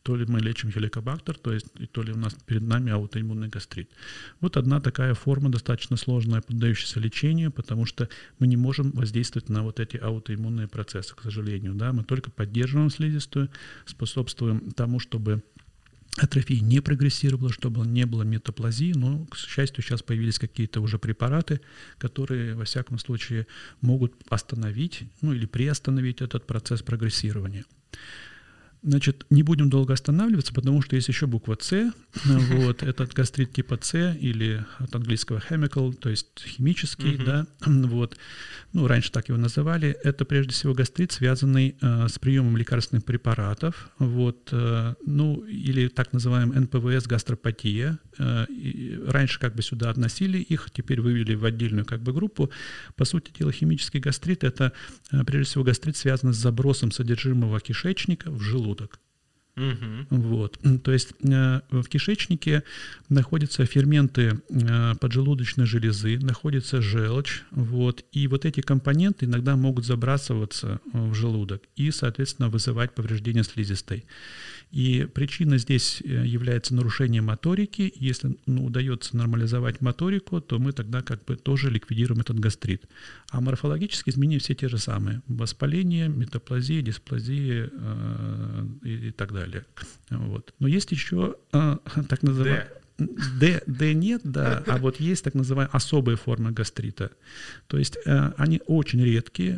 то ли мы лечим хеликобактер, то ли у нас перед нами аутоиммунный гастрит. Вот одна такая форма достаточно сложная, поддающаяся лечению, потому что мы не можем воздействовать на вот эти аутоиммунные процессы, к сожалению. Да? Мы только поддерживаем слизистую, способствуем тому, чтобы атрофия не прогрессировала, чтобы не было метаплазии, но, к счастью, сейчас появились какие-то уже препараты, которые, во всяком случае, могут остановить, или приостановить этот процесс прогрессирования. Значит, не будем долго останавливаться, потому что есть еще буква «С». Вот, этот гастрит типа «С» или от английского chemical, то есть химический, да, вот. Раньше так его называли. Это прежде всего гастрит, связанный с приемом лекарственных препаратов, вот, или так называемый НПВС гастропатия. Раньше сюда относили их, теперь вывели в отдельную группу. По сути дела, химический гастрит – это прежде всего гастрит, связанный с забросом содержимого кишечника в желудок. Вот. То есть в кишечнике находятся ферменты поджелудочной железы, находится желчь, вот, и вот эти компоненты иногда могут забрасываться в желудок и, соответственно, вызывать повреждение слизистой. И причина здесь является нарушение моторики. Если удается нормализовать моторику, то мы тогда тоже ликвидируем этот гастрит. А морфологические изменения все те же самые. Воспаление, метаплазия, дисплазия и так далее. Вот. Но есть еще так называемые... Д нет, да, а вот есть так называемые особые формы гастрита. То есть они очень редкие,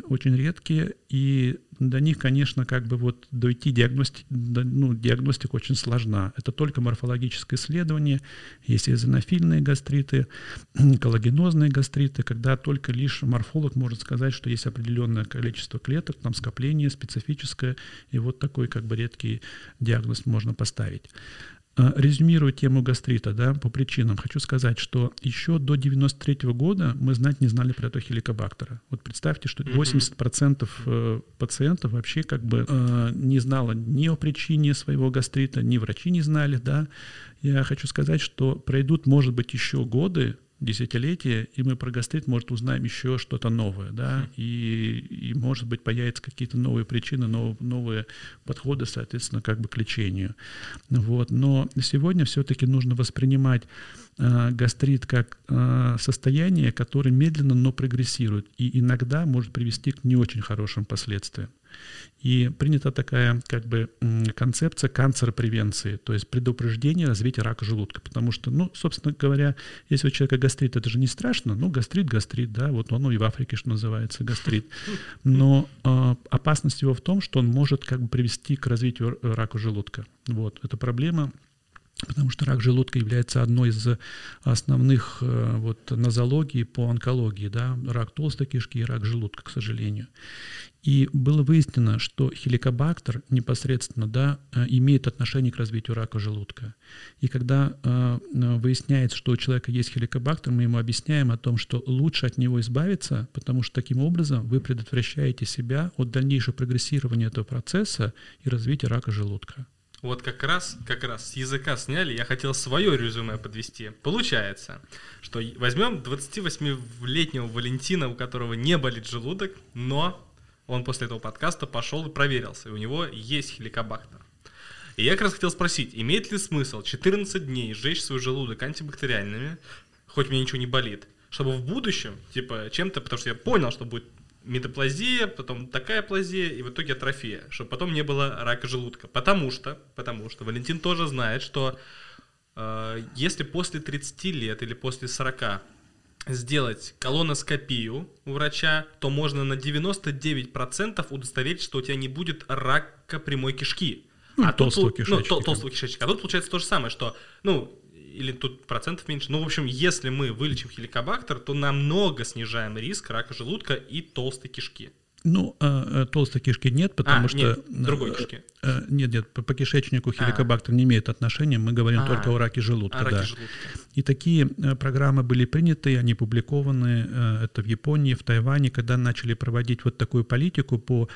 и до них, конечно, дойти диагностика очень сложна. Это только морфологическое исследование. Есть эозинофильные гастриты, коллагенозные гастриты, когда только лишь морфолог может сказать, что есть определенное количество клеток, там скопление специфическое, и вот такой редкий диагноз можно поставить. Резюмируя тему гастрита, да, по причинам, хочу сказать, что еще до 1993 года мы не знали про этого хеликобактера. Вот представьте, что 80% пациентов вообще не знало ни о причине своего гастрита, ни врачи не знали. Да. Я хочу сказать, что пройдут, может быть, еще годы, десятилетия, и мы про гастрит, может, узнаем еще что-то новое, да, и может быть, появятся какие-то новые причины, новые подходы, соответственно, к лечению. Вот. Но сегодня все-таки нужно воспринимать гастрит как состояние, которое медленно, но прогрессирует, и иногда может привести к не очень хорошим последствиям. И принята такая концепция канцеропревенции, то есть предупреждение развития рака желудка. Потому что, собственно говоря, если у человека гастрит, это же не страшно, гастрит, да, вот он и в Африке, что называется, гастрит. Но опасность его в том, что он может привести к развитию рака желудка. Вот, это проблема. Потому что рак желудка является одной из основных нозологий по онкологии, да, рак толстой кишки и рак желудка, к сожалению. И было выяснено, что хеликобактер непосредственно, да, имеет отношение к развитию рака желудка. И когда выясняется, что у человека есть хеликобактер, мы ему объясняем о том, что лучше от него избавиться, потому что таким образом вы предотвращаете себя от дальнейшего прогрессирования этого процесса и развития рака желудка. Вот как раз с языка сняли, я хотел свое резюме подвести. Получается, что возьмем 28-летнего Валентина, у которого не болит желудок, но он после этого подкаста пошел и проверился, и у него есть хеликобактер. И я как раз хотел спросить, имеет ли смысл 14 дней сжечь свой желудок антибактериальными, хоть у меня ничего не болит, чтобы в будущем, чем-то, потому что я понял, что будет метаплазия, потом такая плазия, и в итоге атрофия, чтобы потом не было рака желудка. Потому что Валентин тоже знает, что если после 30 лет или после 40 сделать колоноскопию у врача, то можно на 99% удостоверить, что у тебя не будет рака прямой кишки. Толстого кишечника. Толстого кишечника. А тут получается то же самое, что, или тут процентов меньше. В общем, если мы вылечим хеликобактер, то намного снижаем риск рака желудка и толстой кишки. Толстой кишки нет, потому что... Нет, другой кишки. Нет, по кишечнику хеликобактер не имеет отношения, мы говорим только о раке желудка. Желудка. И такие программы были приняты, они публикованы, это в Японии, в Тайване, когда начали проводить такую политику по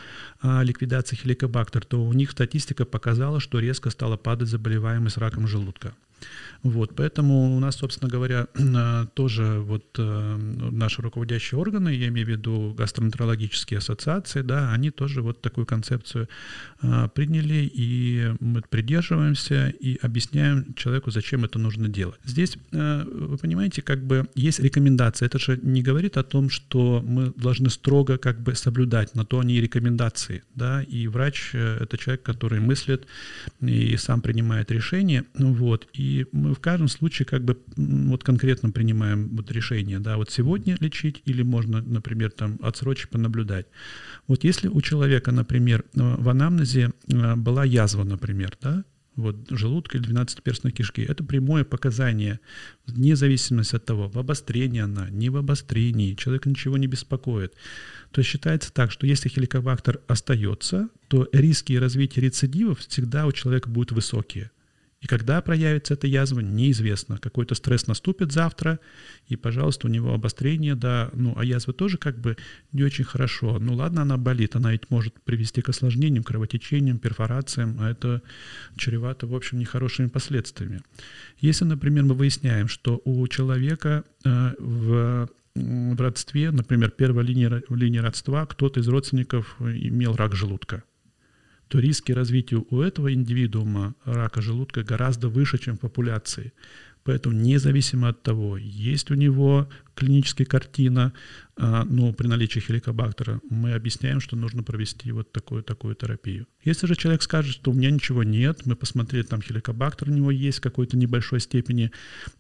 ликвидации хеликобактера, то у них статистика показала, что резко стала падать заболеваемость раком желудка. Вот, поэтому у нас, собственно говоря, тоже вот наши руководящие органы, я имею в виду гастроэнтерологические ассоциации, да, они тоже вот такую концепцию приняли, и мы придерживаемся и объясняем человеку, зачем это нужно делать. Здесь, вы понимаете, как бы есть рекомендации. Это же не говорит о том, что мы должны строго как бы соблюдать, на то они и рекомендации, да, и врач — это человек, который мыслит и сам принимает решения, вот, и мы в каждом случае как бы вот конкретно принимаем вот решение, да, вот сегодня лечить или можно, например, там отсрочить, понаблюдать. Вот если у человека, например, в анамнезе была язва, например, да, вот желудка или двенадцатиперстной кишки, это прямое показание, вне зависимости от того, в обострении она, не в обострении, человека ничего не беспокоит. То есть считается так, что если хеликобактер остается, то риски развития рецидивов всегда у человека будут высокие. И когда проявится эта язва, неизвестно. Какой-то стресс наступит завтра, и, пожалуйста, у него обострение, да, ну, а язва тоже как бы не очень хорошо. Ну, ладно, она болит, она ведь может привести к осложнениям, кровотечениям, перфорациям, а это чревато, в общем, нехорошими последствиями. Если, например, мы выясняем, что у человека в родстве, например, первая линия родства, кто-то из родственников имел рак желудка, то риски развития у этого индивидуума рака желудка гораздо выше, чем в популяции. Поэтому независимо от того, есть у него клиническая картина, но при наличии хеликобактера мы объясняем, что нужно провести вот такую терапию. Если же человек скажет, что у меня ничего нет, мы посмотрели, там хеликобактер у него есть в какой-то небольшой степени,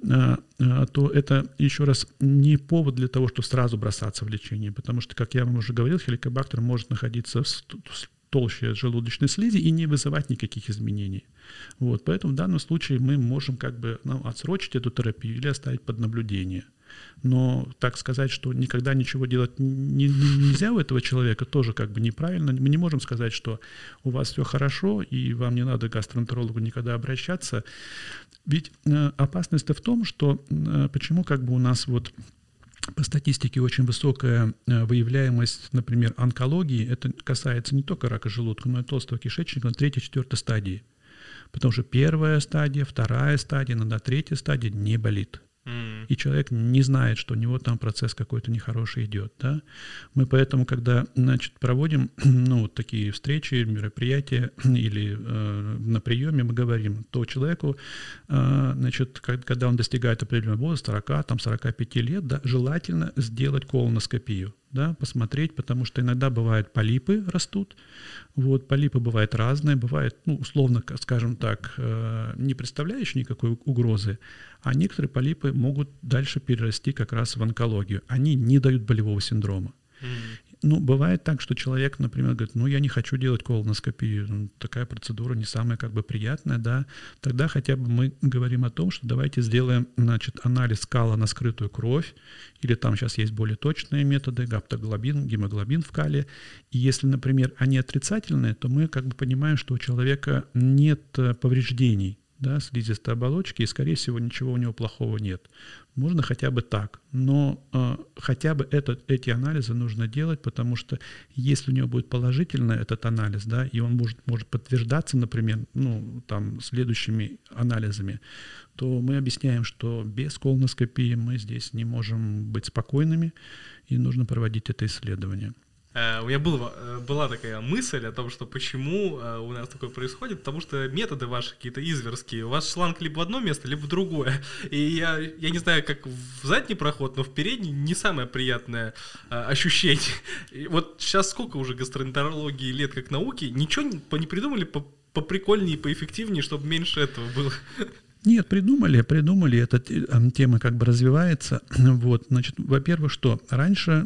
то это, еще раз, не повод для того, чтобы сразу бросаться в лечение, потому что, как я вам уже говорил, хеликобактер может находиться в толще желудочной слизи и не вызывать никаких изменений. Вот, поэтому в данном случае мы можем как бы отсрочить эту терапию или оставить под наблюдение. Но так сказать, что никогда ничего делать нельзя у этого человека, тоже как бы неправильно. Мы не можем сказать, что у вас все хорошо и вам не надо к гастроэнтерологу никогда обращаться. Ведь опасность-то в том, что почему как бы у нас вот по статистике очень высокая выявляемость, например, онкологии. Это касается не только рака желудка, но и толстого кишечника на 3-4 стадии. Потому что первая стадия, вторая стадия, иногда третья стадия не болит. И человек не знает, что у него там процесс какой-то нехороший идет. Да? Мы поэтому, когда проводим такие встречи, мероприятия или на приеме, мы говорим, то человеку, когда он достигает определенного возраста, 40-45 лет, да, желательно сделать колоноскопию. Да, посмотреть, потому что иногда бывают полипы растут. Вот, полипы бывают разные, бывают, условно, скажем так, не представляющие никакой угрозы, а некоторые полипы могут дальше перерасти как раз в онкологию. Они не дают болевого синдрома. Бывает так, что человек, например, говорит, я не хочу делать колоноскопию, такая процедура не самая как бы приятная, да, тогда хотя бы мы говорим о том, что давайте сделаем, анализ кала на скрытую кровь, или там сейчас есть более точные методы, гаптоглобин, гемоглобин в кале, и если, например, они отрицательные, то мы как бы понимаем, что у человека нет повреждений, да, слизистой оболочки, и, скорее всего, ничего у него плохого нет. Можно хотя бы так, но хотя бы эти анализы нужно делать, потому что если у него будет положительный этот анализ, да, и он может подтверждаться, например, следующими анализами, то мы объясняем, что без колоноскопии мы здесь не можем быть спокойными, и нужно проводить это исследование. У меня была такая мысль о том, что почему у нас такое происходит, потому что методы ваши какие-то изверские. У вас шланг либо в одно место, либо в другое. И я не знаю, как в задний проход, но в передний не самое приятное ощущение. И вот сейчас сколько уже гастроэнтерологии лет как науки, ничего не придумали поприкольнее и поэффективнее, чтобы меньше этого было? Нет, придумали, эта тема как бы развивается. Вот, значит, во-первых, что раньше,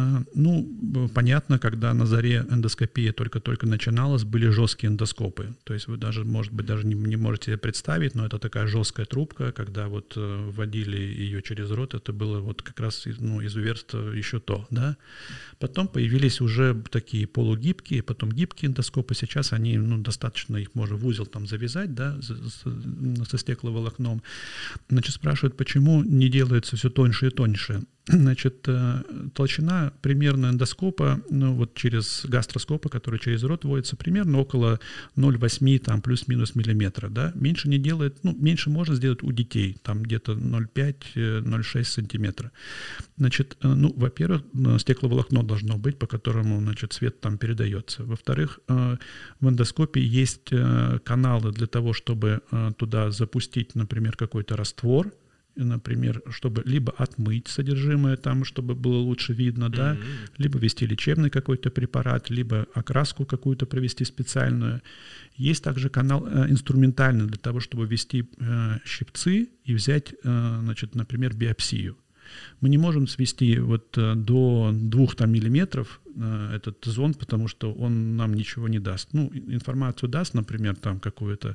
понятно, когда на заре эндоскопия только-только начиналась, были жесткие эндоскопы. То есть вы даже, может быть, даже не можете себе представить, но это такая жесткая трубка, когда вот вводили ее через рот, это было вот как раз изуверство еще то, да. Потом появились уже такие полугибкие, потом гибкие эндоскопы. Сейчас они, достаточно их можно в узел там завязать, да, со стекловолокном. Значит, спрашивают, почему не делается все тоньше и тоньше. Значит, толщина примерно эндоскопа, ну, вот через гастроскопа, который через рот вводится, примерно около 0,8 там плюс-минус миллиметра, да. Меньше не делает, ну, меньше можно сделать у детей, там где-то 0,5-0,6 сантиметра. Значит, ну, во-первых, стекловолокно должно быть, по которому, значит, свет там передается. Во-вторых, в эндоскопе есть каналы для того, чтобы туда запустить, например, какой-то раствор, например, чтобы либо отмыть содержимое там, чтобы было лучше видно, да, либо ввести лечебный какой-то препарат, либо окраску какую-то провести специальную. Есть также канал инструментальный для того, чтобы ввести щипцы и взять, значит, например, биопсию. Мы не можем свести вот до 2 там, миллиметров этот зонд, потому что он нам ничего не даст. Ну, информацию даст, например, там какую-то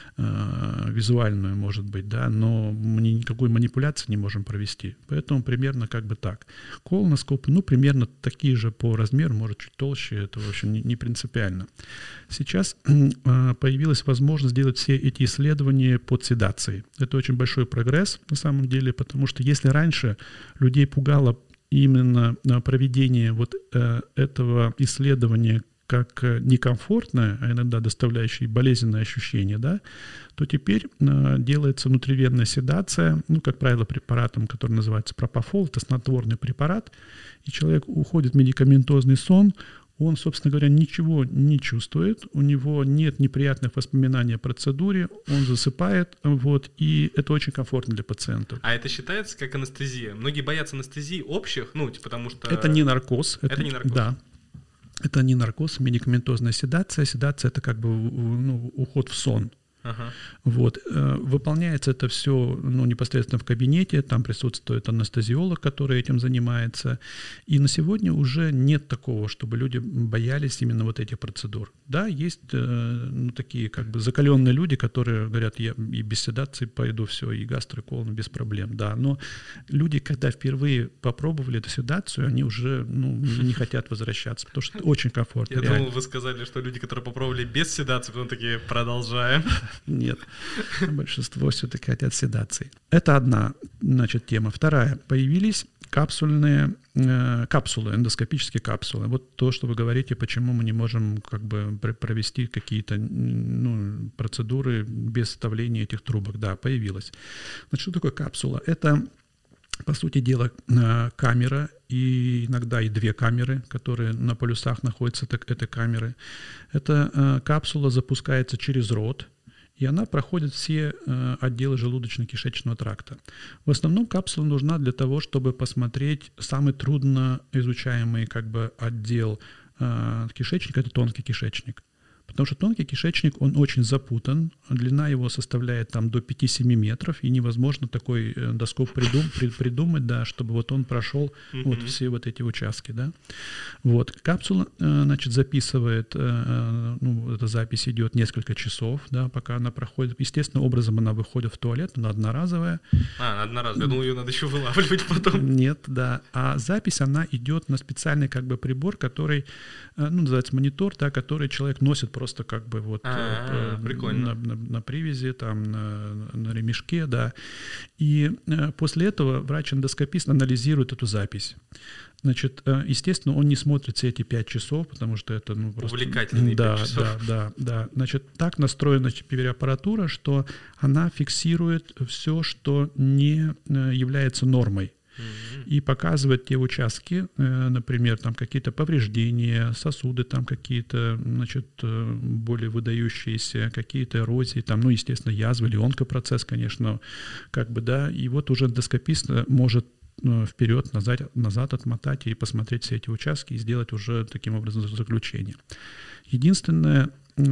визуальную, может быть, да, но мы никакой манипуляции не можем провести. Поэтому примерно как бы так. Колоноскоп, ну, примерно такие же по размеру, может, чуть толще, это, в общем, не принципиально. Сейчас появилась возможность сделать все эти исследования под седацией. Это очень большой прогресс, на самом деле, потому что если раньше людей пугало именно проведение вот этого исследования как некомфортное, а иногда доставляющее болезненное ощущение, да, то теперь делается внутривенная седация, ну, как правило, препаратом, который называется пропофол, это снотворный препарат, и человек уходит в медикаментозный сон, он, собственно говоря, ничего не чувствует, у него нет неприятных воспоминаний о процедуре, он засыпает, вот, и это очень комфортно для пациентов. А это считается как анестезия? Многие боятся анестезии общих, ну, типа, потому что... Это не наркоз. Это не наркоз? Да. Это не наркоз, медикаментозная седация. Седация – это как бы, ну, уход в сон. Ага. Вот. Выполняется это все, ну, непосредственно в кабинете, там присутствует анестезиолог, который этим занимается. И на сегодня уже нет такого, чтобы люди боялись именно вот этих процедур. Да, есть ну, такие как бы закаленные люди, которые говорят, я и без седации пойду, все, и гастро, и колон без проблем. Да, но люди, когда впервые попробовали эту седацию, они уже, ну, не хотят возвращаться, потому что это очень комфортно. Я думал, вы сказали, что люди, которые попробовали без седации, потом такие, продолжаем. Нет, большинство все-таки хотят седации. Это одна, значит, тема. Вторая. Появились капсулы, эндоскопические капсулы. Вот то, что вы говорите, почему мы не можем как бы провести какие-то, ну, процедуры без вставления этих трубок. Да, появилось. Значит, что такое капсула? Это, по сути дела, камера, и иногда и 2 камеры, которые на полюсах находятся, этой камеры. Эта капсула запускается через рот, и она проходит все отделы желудочно-кишечного тракта. В основном капсула нужна для того, чтобы посмотреть самый трудно изучаемый как бы отдел кишечника – это тонкий кишечник. Потому что тонкий кишечник, он очень запутан, длина его составляет там до 5-7 метров, и невозможно такой эндоскоп придумать, да, чтобы вот он прошел вот все вот эти участки, да. Вот. Капсула, значит, записывает, ну, эта запись идет несколько часов, да, пока она проходит. Естественным образом она выходит в туалет, она одноразовая. Она одноразовая, я думал, ее надо еще вылавливать потом. Нет, да. А запись, она идет на специальный как бы прибор, который, ну, называется монитор, да, который человек носит просто как бы вот на привязи, там, на ремешке, да. И после этого врач-эндоскопист анализирует эту запись. Значит, естественно, он не смотрит все эти 5 часов, потому что это, ну, просто... Увлекательные 5 часов. Да. Значит, так настроена теперь аппаратура, что она фиксирует все, что не является нормой. И показывает те участки, например, там какие-то повреждения, сосуды там какие-то, значит, более выдающиеся, какие-то эрозии, там, ну, естественно, язвы или онкопроцесс, конечно, как бы, да, и вот уже эндоскопист может вперед, назад отмотать и посмотреть все эти участки и сделать уже таким образом заключение. Единственное,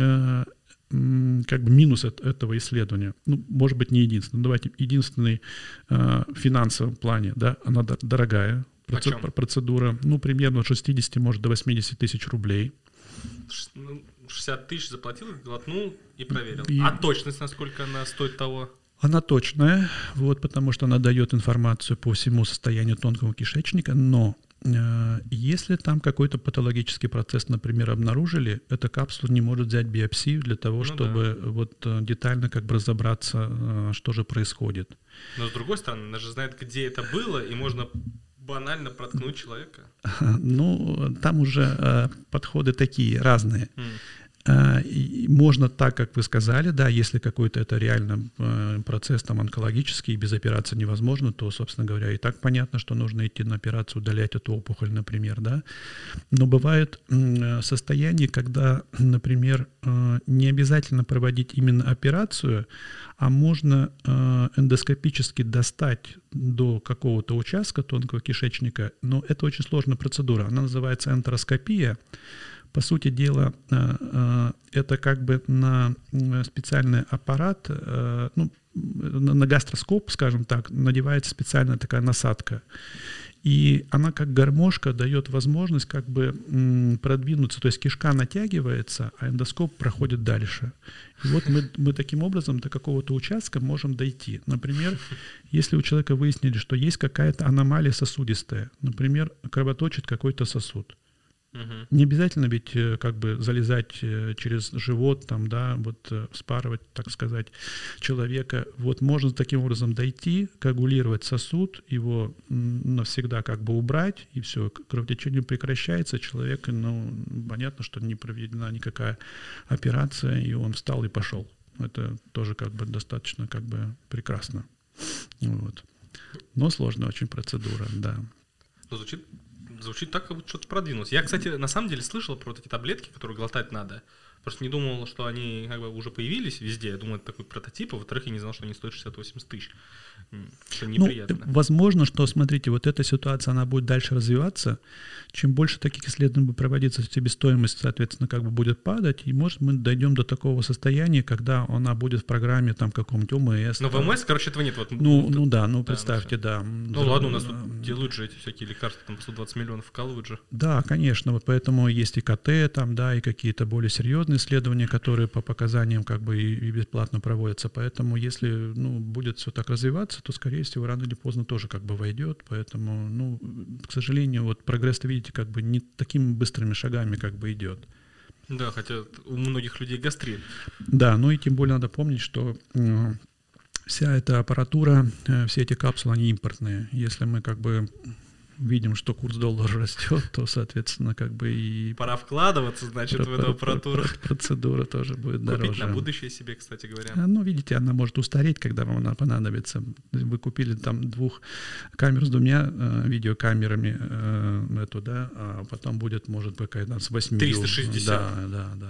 как бы минус этого исследования, ну, может быть, не единственный, давайте, единственный в финансовом плане, да, она дорогая процедура, ну, примерно от 60, может, до 80 тысяч рублей. 60 тысяч заплатил, глотнул и проверил. А точность, насколько она стоит того? Она точная, вот, потому что она дает информацию по всему состоянию тонкого кишечника, но если там какой-то патологический процесс, например, обнаружили, эта капсула не может взять биопсию для того, чтобы вот детально как бы разобраться, что же происходит. Но с другой стороны, она же знает, где это было, и можно банально проткнуть человека? Ну, там уже подходы такие разные. И можно так, как вы сказали, да, если какой-то это реально процесс там онкологический, и без операции невозможно, то, собственно говоря, и так понятно, что нужно идти на операцию, удалять эту опухоль, например, да. Но бывает состояние, когда, например, не обязательно проводить именно операцию, а можно эндоскопически достать до какого-то участка тонкого кишечника, но это очень сложная процедура, она называется энтероскопия. По сути дела, это как бы на специальный аппарат, ну, на гастроскоп, скажем так, надевается специальная такая насадка. И она как гармошка дает возможность как бы продвинуться, то есть кишка натягивается, а эндоскоп проходит дальше. И вот мы таким образом до какого-то участка можем дойти. Например, если у человека выяснили, что есть какая-то аномалия сосудистая, например, кровоточит какой-то сосуд. Не обязательно ведь как бы залезать через живот, там, да, вот вспарывать, так сказать, человека. Вот можно таким образом дойти, коагулировать сосуд, его навсегда как бы убрать, и все, кровотечение прекращается, человек, ну, понятно, что не проведена никакая операция, и он встал и пошел. Это тоже как бы достаточно как бы прекрасно. Вот. Но сложная очень процедура, да. Звучит так, как будто что-то продвинулось. Я, кстати, на самом деле слышал про вот эти таблетки, которые глотать надо. Просто не думал, что они как бы уже появились везде. Я думал, это такой прототип, а во-вторых, я не знал, что они стоят 60-80 тысяч. Что неприятно. Ну, возможно, что, смотрите, вот эта ситуация, она будет дальше развиваться. Чем больше таких исследований будет проводиться, себестоимость, соответственно, как бы будет падать, и, может, мы дойдем до такого состояния, когда она будет в программе там каком-нибудь ОМС. Но в ОМС, короче, этого нет. Вот, представьте, да. Ну ладно, у нас тут делают же эти всякие лекарства, там 120 миллионов вкалывают же. Да, конечно, вот поэтому есть и КТ, там, да, и какие-то более серьезные исследования, которые по показаниям как бы и бесплатно проводятся. Поэтому если, ну, будет все так развиваться, то, скорее всего, рано или поздно тоже как бы войдет. Поэтому, ну, к сожалению, вот прогресс-то, видите, как бы не такими быстрыми шагами как бы идет. Да, хотя у многих людей гастрит. Да, ну и тем более надо помнить, что вся эта аппаратура, все эти капсулы, они импортные. Если мы как бы видим, что курс доллара растет, то, соответственно, как бы и... Пора вкладываться, значит, в эту аппаратуру. Процедура тоже будет дороже. Купить на будущее себе, кстати говоря. Ну, видите, она может устареть, когда вам она понадобится. Вы купили там 2 камер с 2 видеокамерами, эту, да, а потом будет, может, какая-то с 8. 360.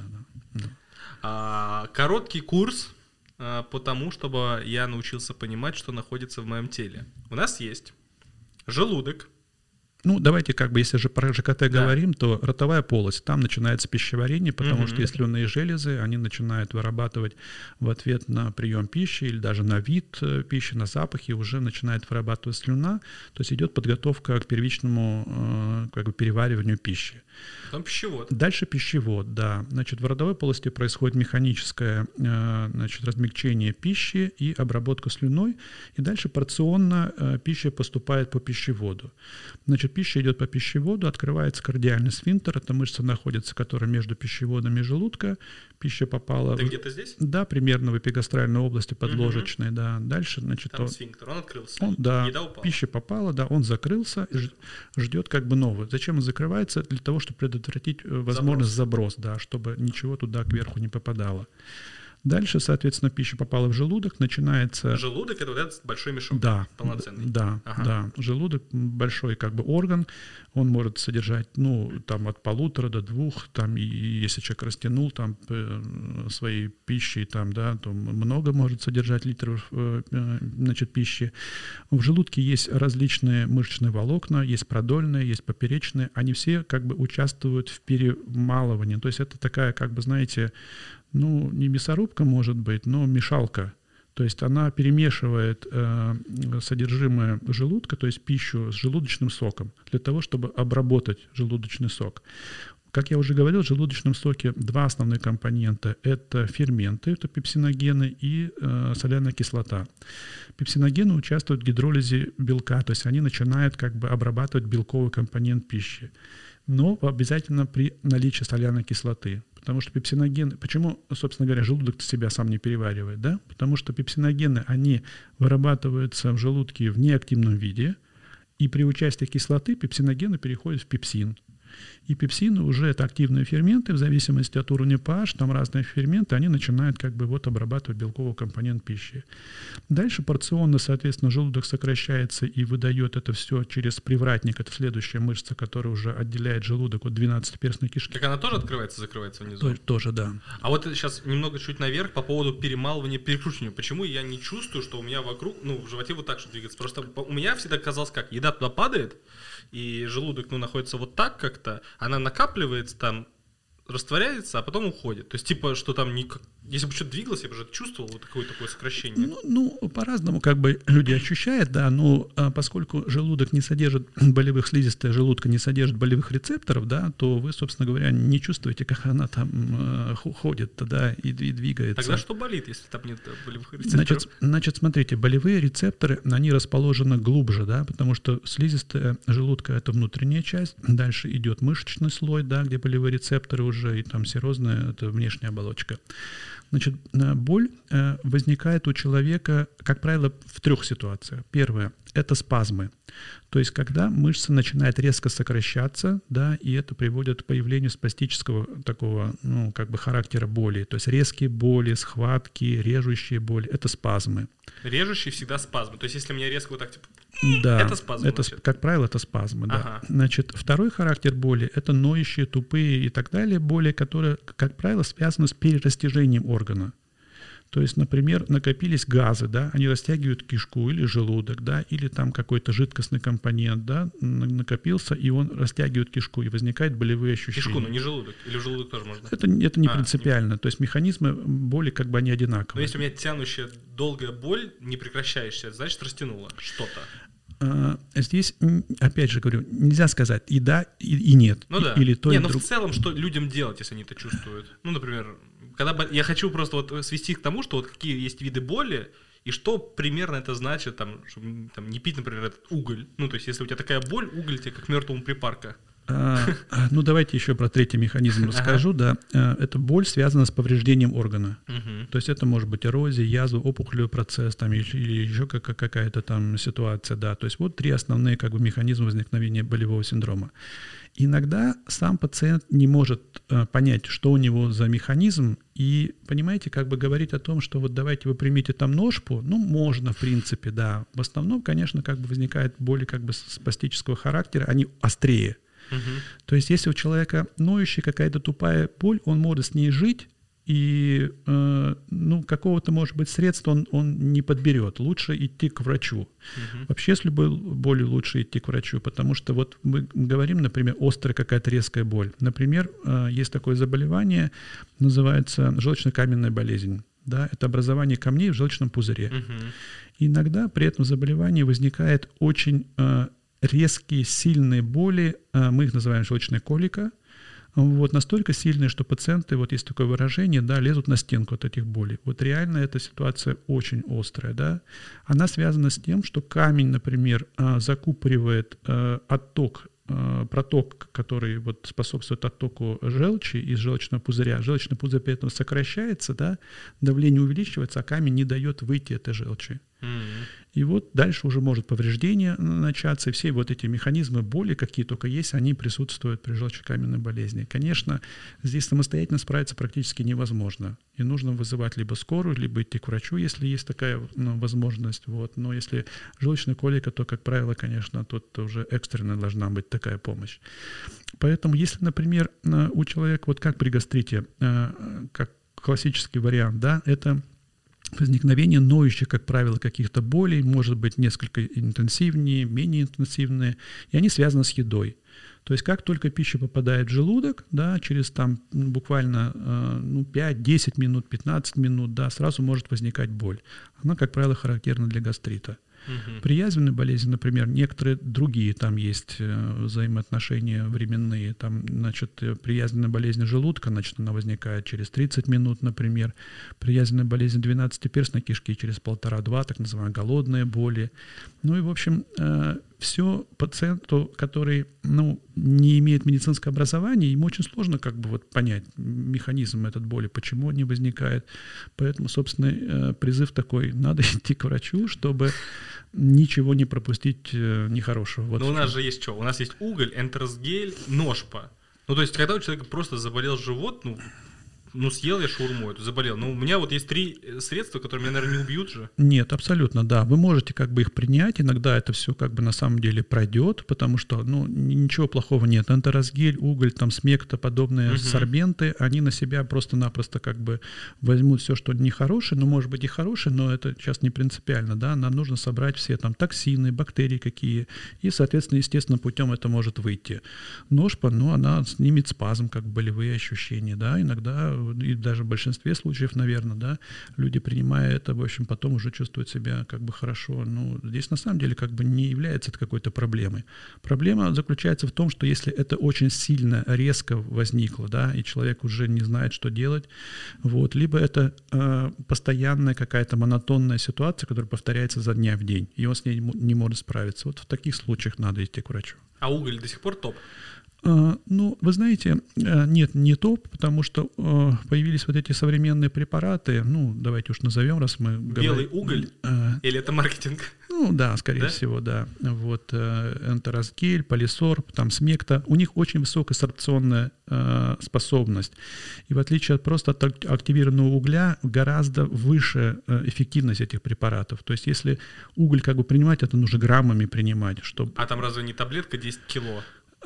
Да. Короткий курс по тому, чтобы я научился понимать, что находится в моем теле. У нас есть желудок. Ну, давайте как бы, если же про ЖКТ говорим, то ротовая полость, там начинается пищеварение, потому что есть слюнные железы, они начинают вырабатывать в ответ на прием пищи или даже на вид пищи, на запахи, уже начинает вырабатывать слюна, то есть идет подготовка к первичному как бы перевариванию пищи. Потом пищевод. Дальше пищевод, да. Значит, в ротовой полости происходит механическое, значит, размягчение пищи и обработка слюной, и дальше порционно пища поступает по пищеводу. Значит, пища идет по пищеводу, открывается кардиальный сфинктер, это мышца находится, которая между пищеводом и желудка. Пища попала... Ты где-то здесь? Да, примерно в эпигастральной области подложечной, да. Дальше, значит... Там сфинктер, он открылся, да, еда упала. Пища попала, да, он закрылся, ждет как бы новую. Зачем он закрывается? Для того, чтобы предотвратить возможность заброс, да, чтобы ничего туда кверху не попадало. Дальше, соответственно, пища попала в желудок, начинается... Желудок — это вот этот большой мешок, да, полноценный. Да, да. Желудок — большой как бы орган, он может содержать, ну, там, от 1,5 до 2, там, и если человек растянул там своей пищей, там, да, то много может содержать литров, значит, пищи. В желудке есть различные мышечные волокна, есть продольные, есть поперечные, они все как бы участвуют в перемалывании, то есть это такая, как бы, знаете, ну, не мясорубка, может быть, но мешалка. То есть она перемешивает содержимое желудка, то есть пищу с желудочным соком, для того, чтобы обработать желудочный сок. Как я уже говорил, в желудочном соке 2 основных компонента. Это ферменты, это пепсиногены и соляная кислота. Пепсиногены участвуют в гидролизе белка, то есть они начинают как бы обрабатывать белковый компонент пищи. Но обязательно при наличии соляной кислоты. Потому что пепсиногены... Почему, собственно говоря, желудок себя сам не переваривает? Да? Потому что пепсиногены, они вырабатываются в желудке в неактивном виде, И при участии кислоты пепсиногены переходят в пепсин. И пепсины уже это активные ферменты, в зависимости от уровня pH, там разные ферменты, они начинают как бы вот обрабатывать белковый компонент пищи. Дальше порционно, соответственно, желудок сокращается и выдает это все через привратник, это следующая мышца, которая уже отделяет желудок от 12-перстной кишки. Так она тоже открывается, закрывается внизу? Тоже, да. А вот сейчас немного чуть наверх по поводу перемалывания, перекручивания. Почему я не чувствую, что у меня вокруг, в животе вот так что двигается? Просто у меня всегда казалось как, еда туда падает, и желудок, находится вот так как-то, она накапливается там, растворяется, а потом уходит. То есть, типа, что там, если бы что-то двигалось, я бы уже чувствовал вот такое сокращение. По-разному как бы люди ощущают, да, но поскольку желудок не содержит болевых, слизистая желудка не содержит болевых рецепторов, да, то вы, собственно говоря, не чувствуете, как она там ходит, да, и двигается. Тогда что болит, если там нет болевых рецепторов? Значит, смотрите, болевые рецепторы, они расположены глубже, да, потому что слизистая желудка — это внутренняя часть, дальше идет мышечный слой, да, где болевые рецепторы уже, и там серозная — это внешняя оболочка. Значит, боль возникает у человека, как правило, в 3 ситуациях. Первое – это спазмы. То есть, когда мышца начинает резко сокращаться, да, и это приводит к появлению спастического такого, характера боли. То есть, резкие боли, схватки, режущие боли – это спазмы. Режущие всегда спазмы. То есть, если меня резко вот так, типа, да, это спазмы. Как правило, это спазмы, да. Ага. Значит, второй характер боли – это ноющие, тупые и так далее боли, которые, как правило, связаны с перерастяжением органа. То есть, например, накопились газы, да, они растягивают кишку или желудок, да, или там какой-то жидкостный компонент, да, накопился, и он растягивает кишку, и возникают болевые ощущения. Кишку, но не желудок. Или в желудок тоже можно? Это не принципиально. То есть механизмы боли как бы они одинаковые. Но если у меня тянущая долгая боль, не прекращающаяся, это значит растянуло что-то. Здесь, опять же говорю, нельзя сказать и да, и нет. Ну да. Или то, и в целом, что людям делать, если они это чувствуют? Например, я хочу просто вот свести к тому, что вот какие есть виды боли, и что примерно это значит, чтобы не пить, например, этот уголь. То есть, если у тебя такая боль, уголь тебе как мертвому припарка. Давайте еще про третий механизм расскажу. Да. Эта боль связана с повреждением органа. То есть это может быть эрозия, язва, опухолевый процесс там, или еще какая-то там ситуация. Да. То есть вот 3 основные как бы механизма возникновения болевого синдрома. Иногда сам пациент не может понять, что у него за механизм, и, понимаете, как бы говорить о том, что вот давайте вы примите там ножпу, можно, в принципе, да. В основном, конечно, как бы возникают боли как бы спастического характера, они острее. То есть, если у человека ноющая какая-то тупая боль, он может с ней жить, и какого-то, может быть, средства он не подберет. Лучше идти к врачу. Вообще, с любой болью лучше идти к врачу, потому что вот мы говорим, например, острая какая-то резкая боль. Например, есть такое заболевание, называется желчно-каменная болезнь. Да, это образование камней в желчном пузыре. Иногда при этом заболевании возникает очень резкие, сильные боли, мы их называем желчная колика, настолько сильные, что пациенты, вот есть такое выражение, да, лезут на стенку от этих болей. Вот реально эта ситуация очень острая, да. Она связана с тем, что камень, например, закупоривает проток, который вот способствует оттоку желчи из желчного пузыря. Желчный пузырь при этом сокращается, да, давление увеличивается, а камень не дает выйти этой желчи. И вот дальше уже может повреждение начаться, и все вот эти механизмы боли, какие только есть, они присутствуют при желчекаменной болезни. Конечно, здесь самостоятельно справиться практически невозможно. И нужно вызывать либо скорую, либо идти к врачу, если есть такая возможность. Но если желчная колика, то, как правило, конечно, тут уже экстренно должна быть такая помощь. Поэтому, если, например, у человека, вот как при гастрите, как классический вариант, да, это возникновение ноющих, как правило, каких-то болей, может быть, несколько интенсивнее, менее интенсивные, и они связаны с едой. То есть как только пища попадает в желудок, да, через там буквально 5-10 минут, 15 минут, да, сразу может возникать боль. Она, как правило, характерна для гастрита. При язвенной болезни, например, некоторые другие там есть взаимоотношения временные. Там, значит, при язвенной болезни желудка, значит, она возникает через 30 минут, например. При язвенной болезни 12-перстной кишки через 1,5-2, так называемые голодные боли. И, в общем, все пациенту, который, не имеет медицинского образования, ему очень сложно как бы вот понять механизм этот боли, почему он не возникает. Поэтому, собственно, призыв такой: надо идти к врачу, чтобы ничего не пропустить нехорошего. Вот но у нас же есть что? У нас есть уголь, энтеросгель, ножпа. То есть, когда у человека просто заболел живот, съел я шаурму эту, заболел. У меня вот есть 3 средства, которые меня, наверное, не убьют же. Нет, абсолютно, да. Вы можете как бы их принять, иногда это все как бы на самом деле пройдет, потому что, ничего плохого нет. Энтеросгель, уголь, там, смекта, подобные сорбенты, они на себя просто-напросто как бы возьмут все, что нехорошее, может быть и хорошее, но это сейчас не принципиально, да. Нам нужно собрать все там токсины, бактерии какие, и, соответственно, естественным путем это может выйти. Ножпа, она снимет спазм, как болевые ощущения, да, иногда, и даже в большинстве случаев, наверное, да, люди, принимая это, в общем, потом уже чувствуют себя как бы хорошо. Здесь на самом деле как бы не является это какой-то проблемой. Проблема заключается в том, что если это очень сильно, резко возникло, да, и человек уже не знает, что делать, либо это постоянная какая-то монотонная ситуация, которая повторяется за дня в день, и он с ней не может справиться. Вот в таких случаях надо идти к врачу. А уголь до сих пор топ? Вы знаете, нет, не топ, потому что появились вот эти современные препараты, давайте уж назовем, раз мы Белый уголь? Или это маркетинг? Да, скорее всего, да. Энтеросгель, полисорб, там смекта, у них очень высокая сорбционная способность. И в отличие от просто от активированного угля, гораздо выше эффективность этих препаратов. То есть если уголь как бы принимать, это нужно граммами принимать. А там разве не таблетка 10 кило?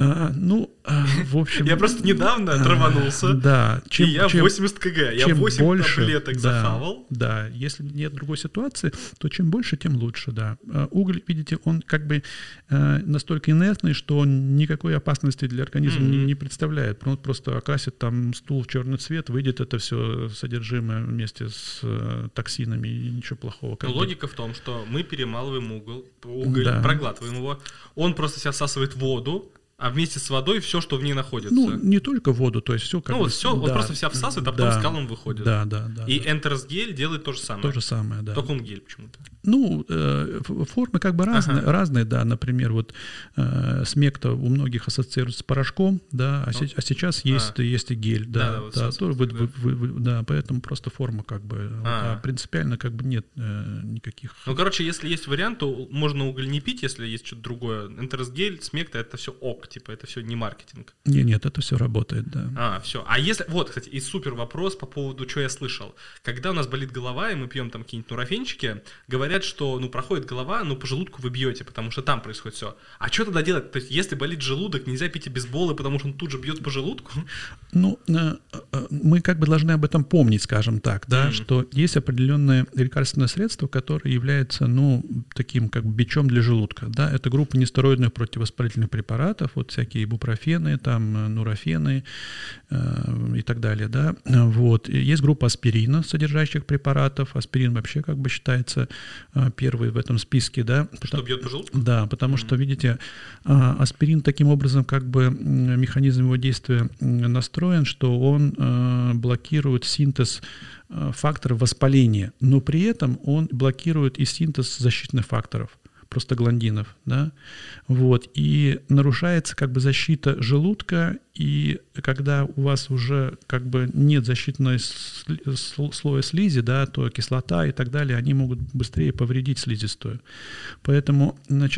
В общем... Я просто недавно траванулся, да, и я 80 кг, я 8 больше, таблеток захавал. Да, если нет другой ситуации, то чем больше, тем лучше, да. Уголь, видите, он как бы настолько инертный, что он никакой опасности для организма не представляет. Он просто окрасит там стул в черный цвет, выйдет это все содержимое вместе с токсинами, и ничего плохого. Логика в том, что мы перемалываем уголь, да, проглатываем его, он просто себя всасывает воду, а вместе с водой все, что в ней находится. Не только воду, то есть все как бы... все, он просто вся всасывает, а потом скалом выходит. Да. И энтеросгель делает то же самое. То же самое, да. Только он гель почему-то. Формы как бы разные, да. Например, смекта у многих ассоциируется с порошком, да, а сейчас есть и гель, да. Да, поэтому просто форма как бы... принципиально как бы нет никаких... если есть вариант, то можно уголь не пить, если есть что-то другое. Энтеросгель, смекта — это все ок. Это все не маркетинг. Нет, это все работает, да. Все. А если... кстати, и супер вопрос по поводу, что я слышал. Когда у нас болит голова, и мы пьем там какие-нибудь нурофенчики, говорят, что, проходит голова, по желудку вы бьете, потому что там происходит все. А что тогда делать? То есть, если болит желудок, нельзя пить и бейсболы, потому что он тут же бьет по желудку? Мы как бы должны об этом помнить, скажем так, да, что есть определенные лекарственные средства, которые являются, таким как бы бичом для желудка, да. Это группа нестероидных противовоспалительных препаратов, всякие ибупрофены, там, нурофены и так далее, да. Есть группа аспирина, содержащих препаратов. Аспирин вообще как бы считается первый в этом списке, да. Что бьет по желудку? Да, потому что, видите, аспирин таким образом как бы механизм его действия настроен, что он блокирует синтез факторов воспаления, но при этом он блокирует и синтез защитных факторов, простагландинов, да, и нарушается как бы защита желудка, и когда у вас уже как бы нет защитного слоя слизи, да, то кислота и так далее, они могут быстрее повредить слизистую. Поэтому,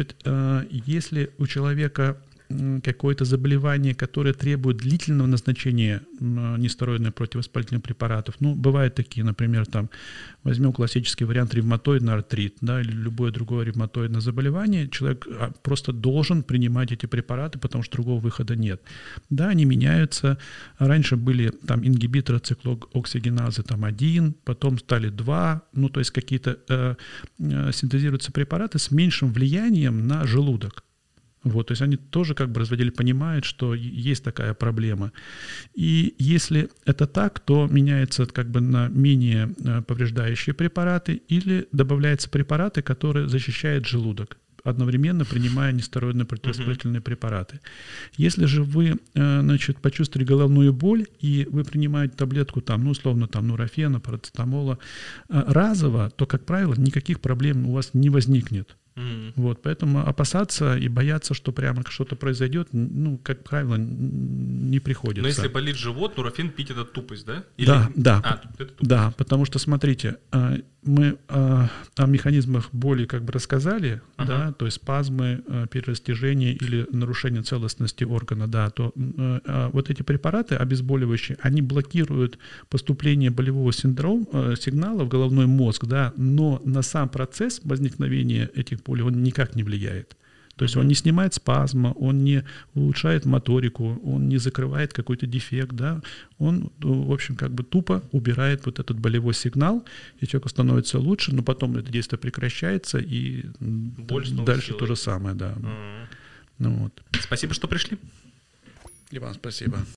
если у человека какое-то заболевание, которое требует длительного назначения нестероидных противовоспалительных препаратов. Бывают такие, например, возьмем классический вариант ревматоидный артрит, да, или любое другое ревматоидное заболевание. Человек просто должен принимать эти препараты, потому что другого выхода нет. Да, они меняются. Раньше были ингибиторы циклооксигеназы 1, потом стали 2. То есть какие-то синтезируются препараты с меньшим влиянием на желудок. То есть они тоже как бы разводили, понимают, что есть такая проблема. И если это так, то меняется как бы на менее повреждающие препараты или добавляются препараты, которые защищают желудок, одновременно принимая нестероидные противовоспалительные препараты. Если же вы, почувствовали головную боль, и вы принимаете таблетку, условно, нурофена, парацетамола разово, то, как правило, никаких проблем у вас не возникнет. Вот, поэтому опасаться и бояться, что прямо что-то произойдет, ну, как правило, не приходится. Но если болит живот, нурофен пить — это тупость, да? Или... Да. Это тупость. Да, потому что, смотрите, мы о механизмах боли как бы рассказали, да, то есть спазмы, перерастяжение или нарушение целостности органа, да, то вот эти препараты обезболивающие, они блокируют поступление болевого сигнала в головной мозг, да, но на сам процесс возникновения этих болей он никак не влияет. То есть он не снимает спазма, он не улучшает моторику, он не закрывает какой-то дефект, да, он, в общем, как бы тупо убирает вот этот болевой сигнал, и человеку становится лучше, но потом это действие прекращается, и дальше то же самое, да. Ну, вот. Спасибо, что пришли. И вам спасибо.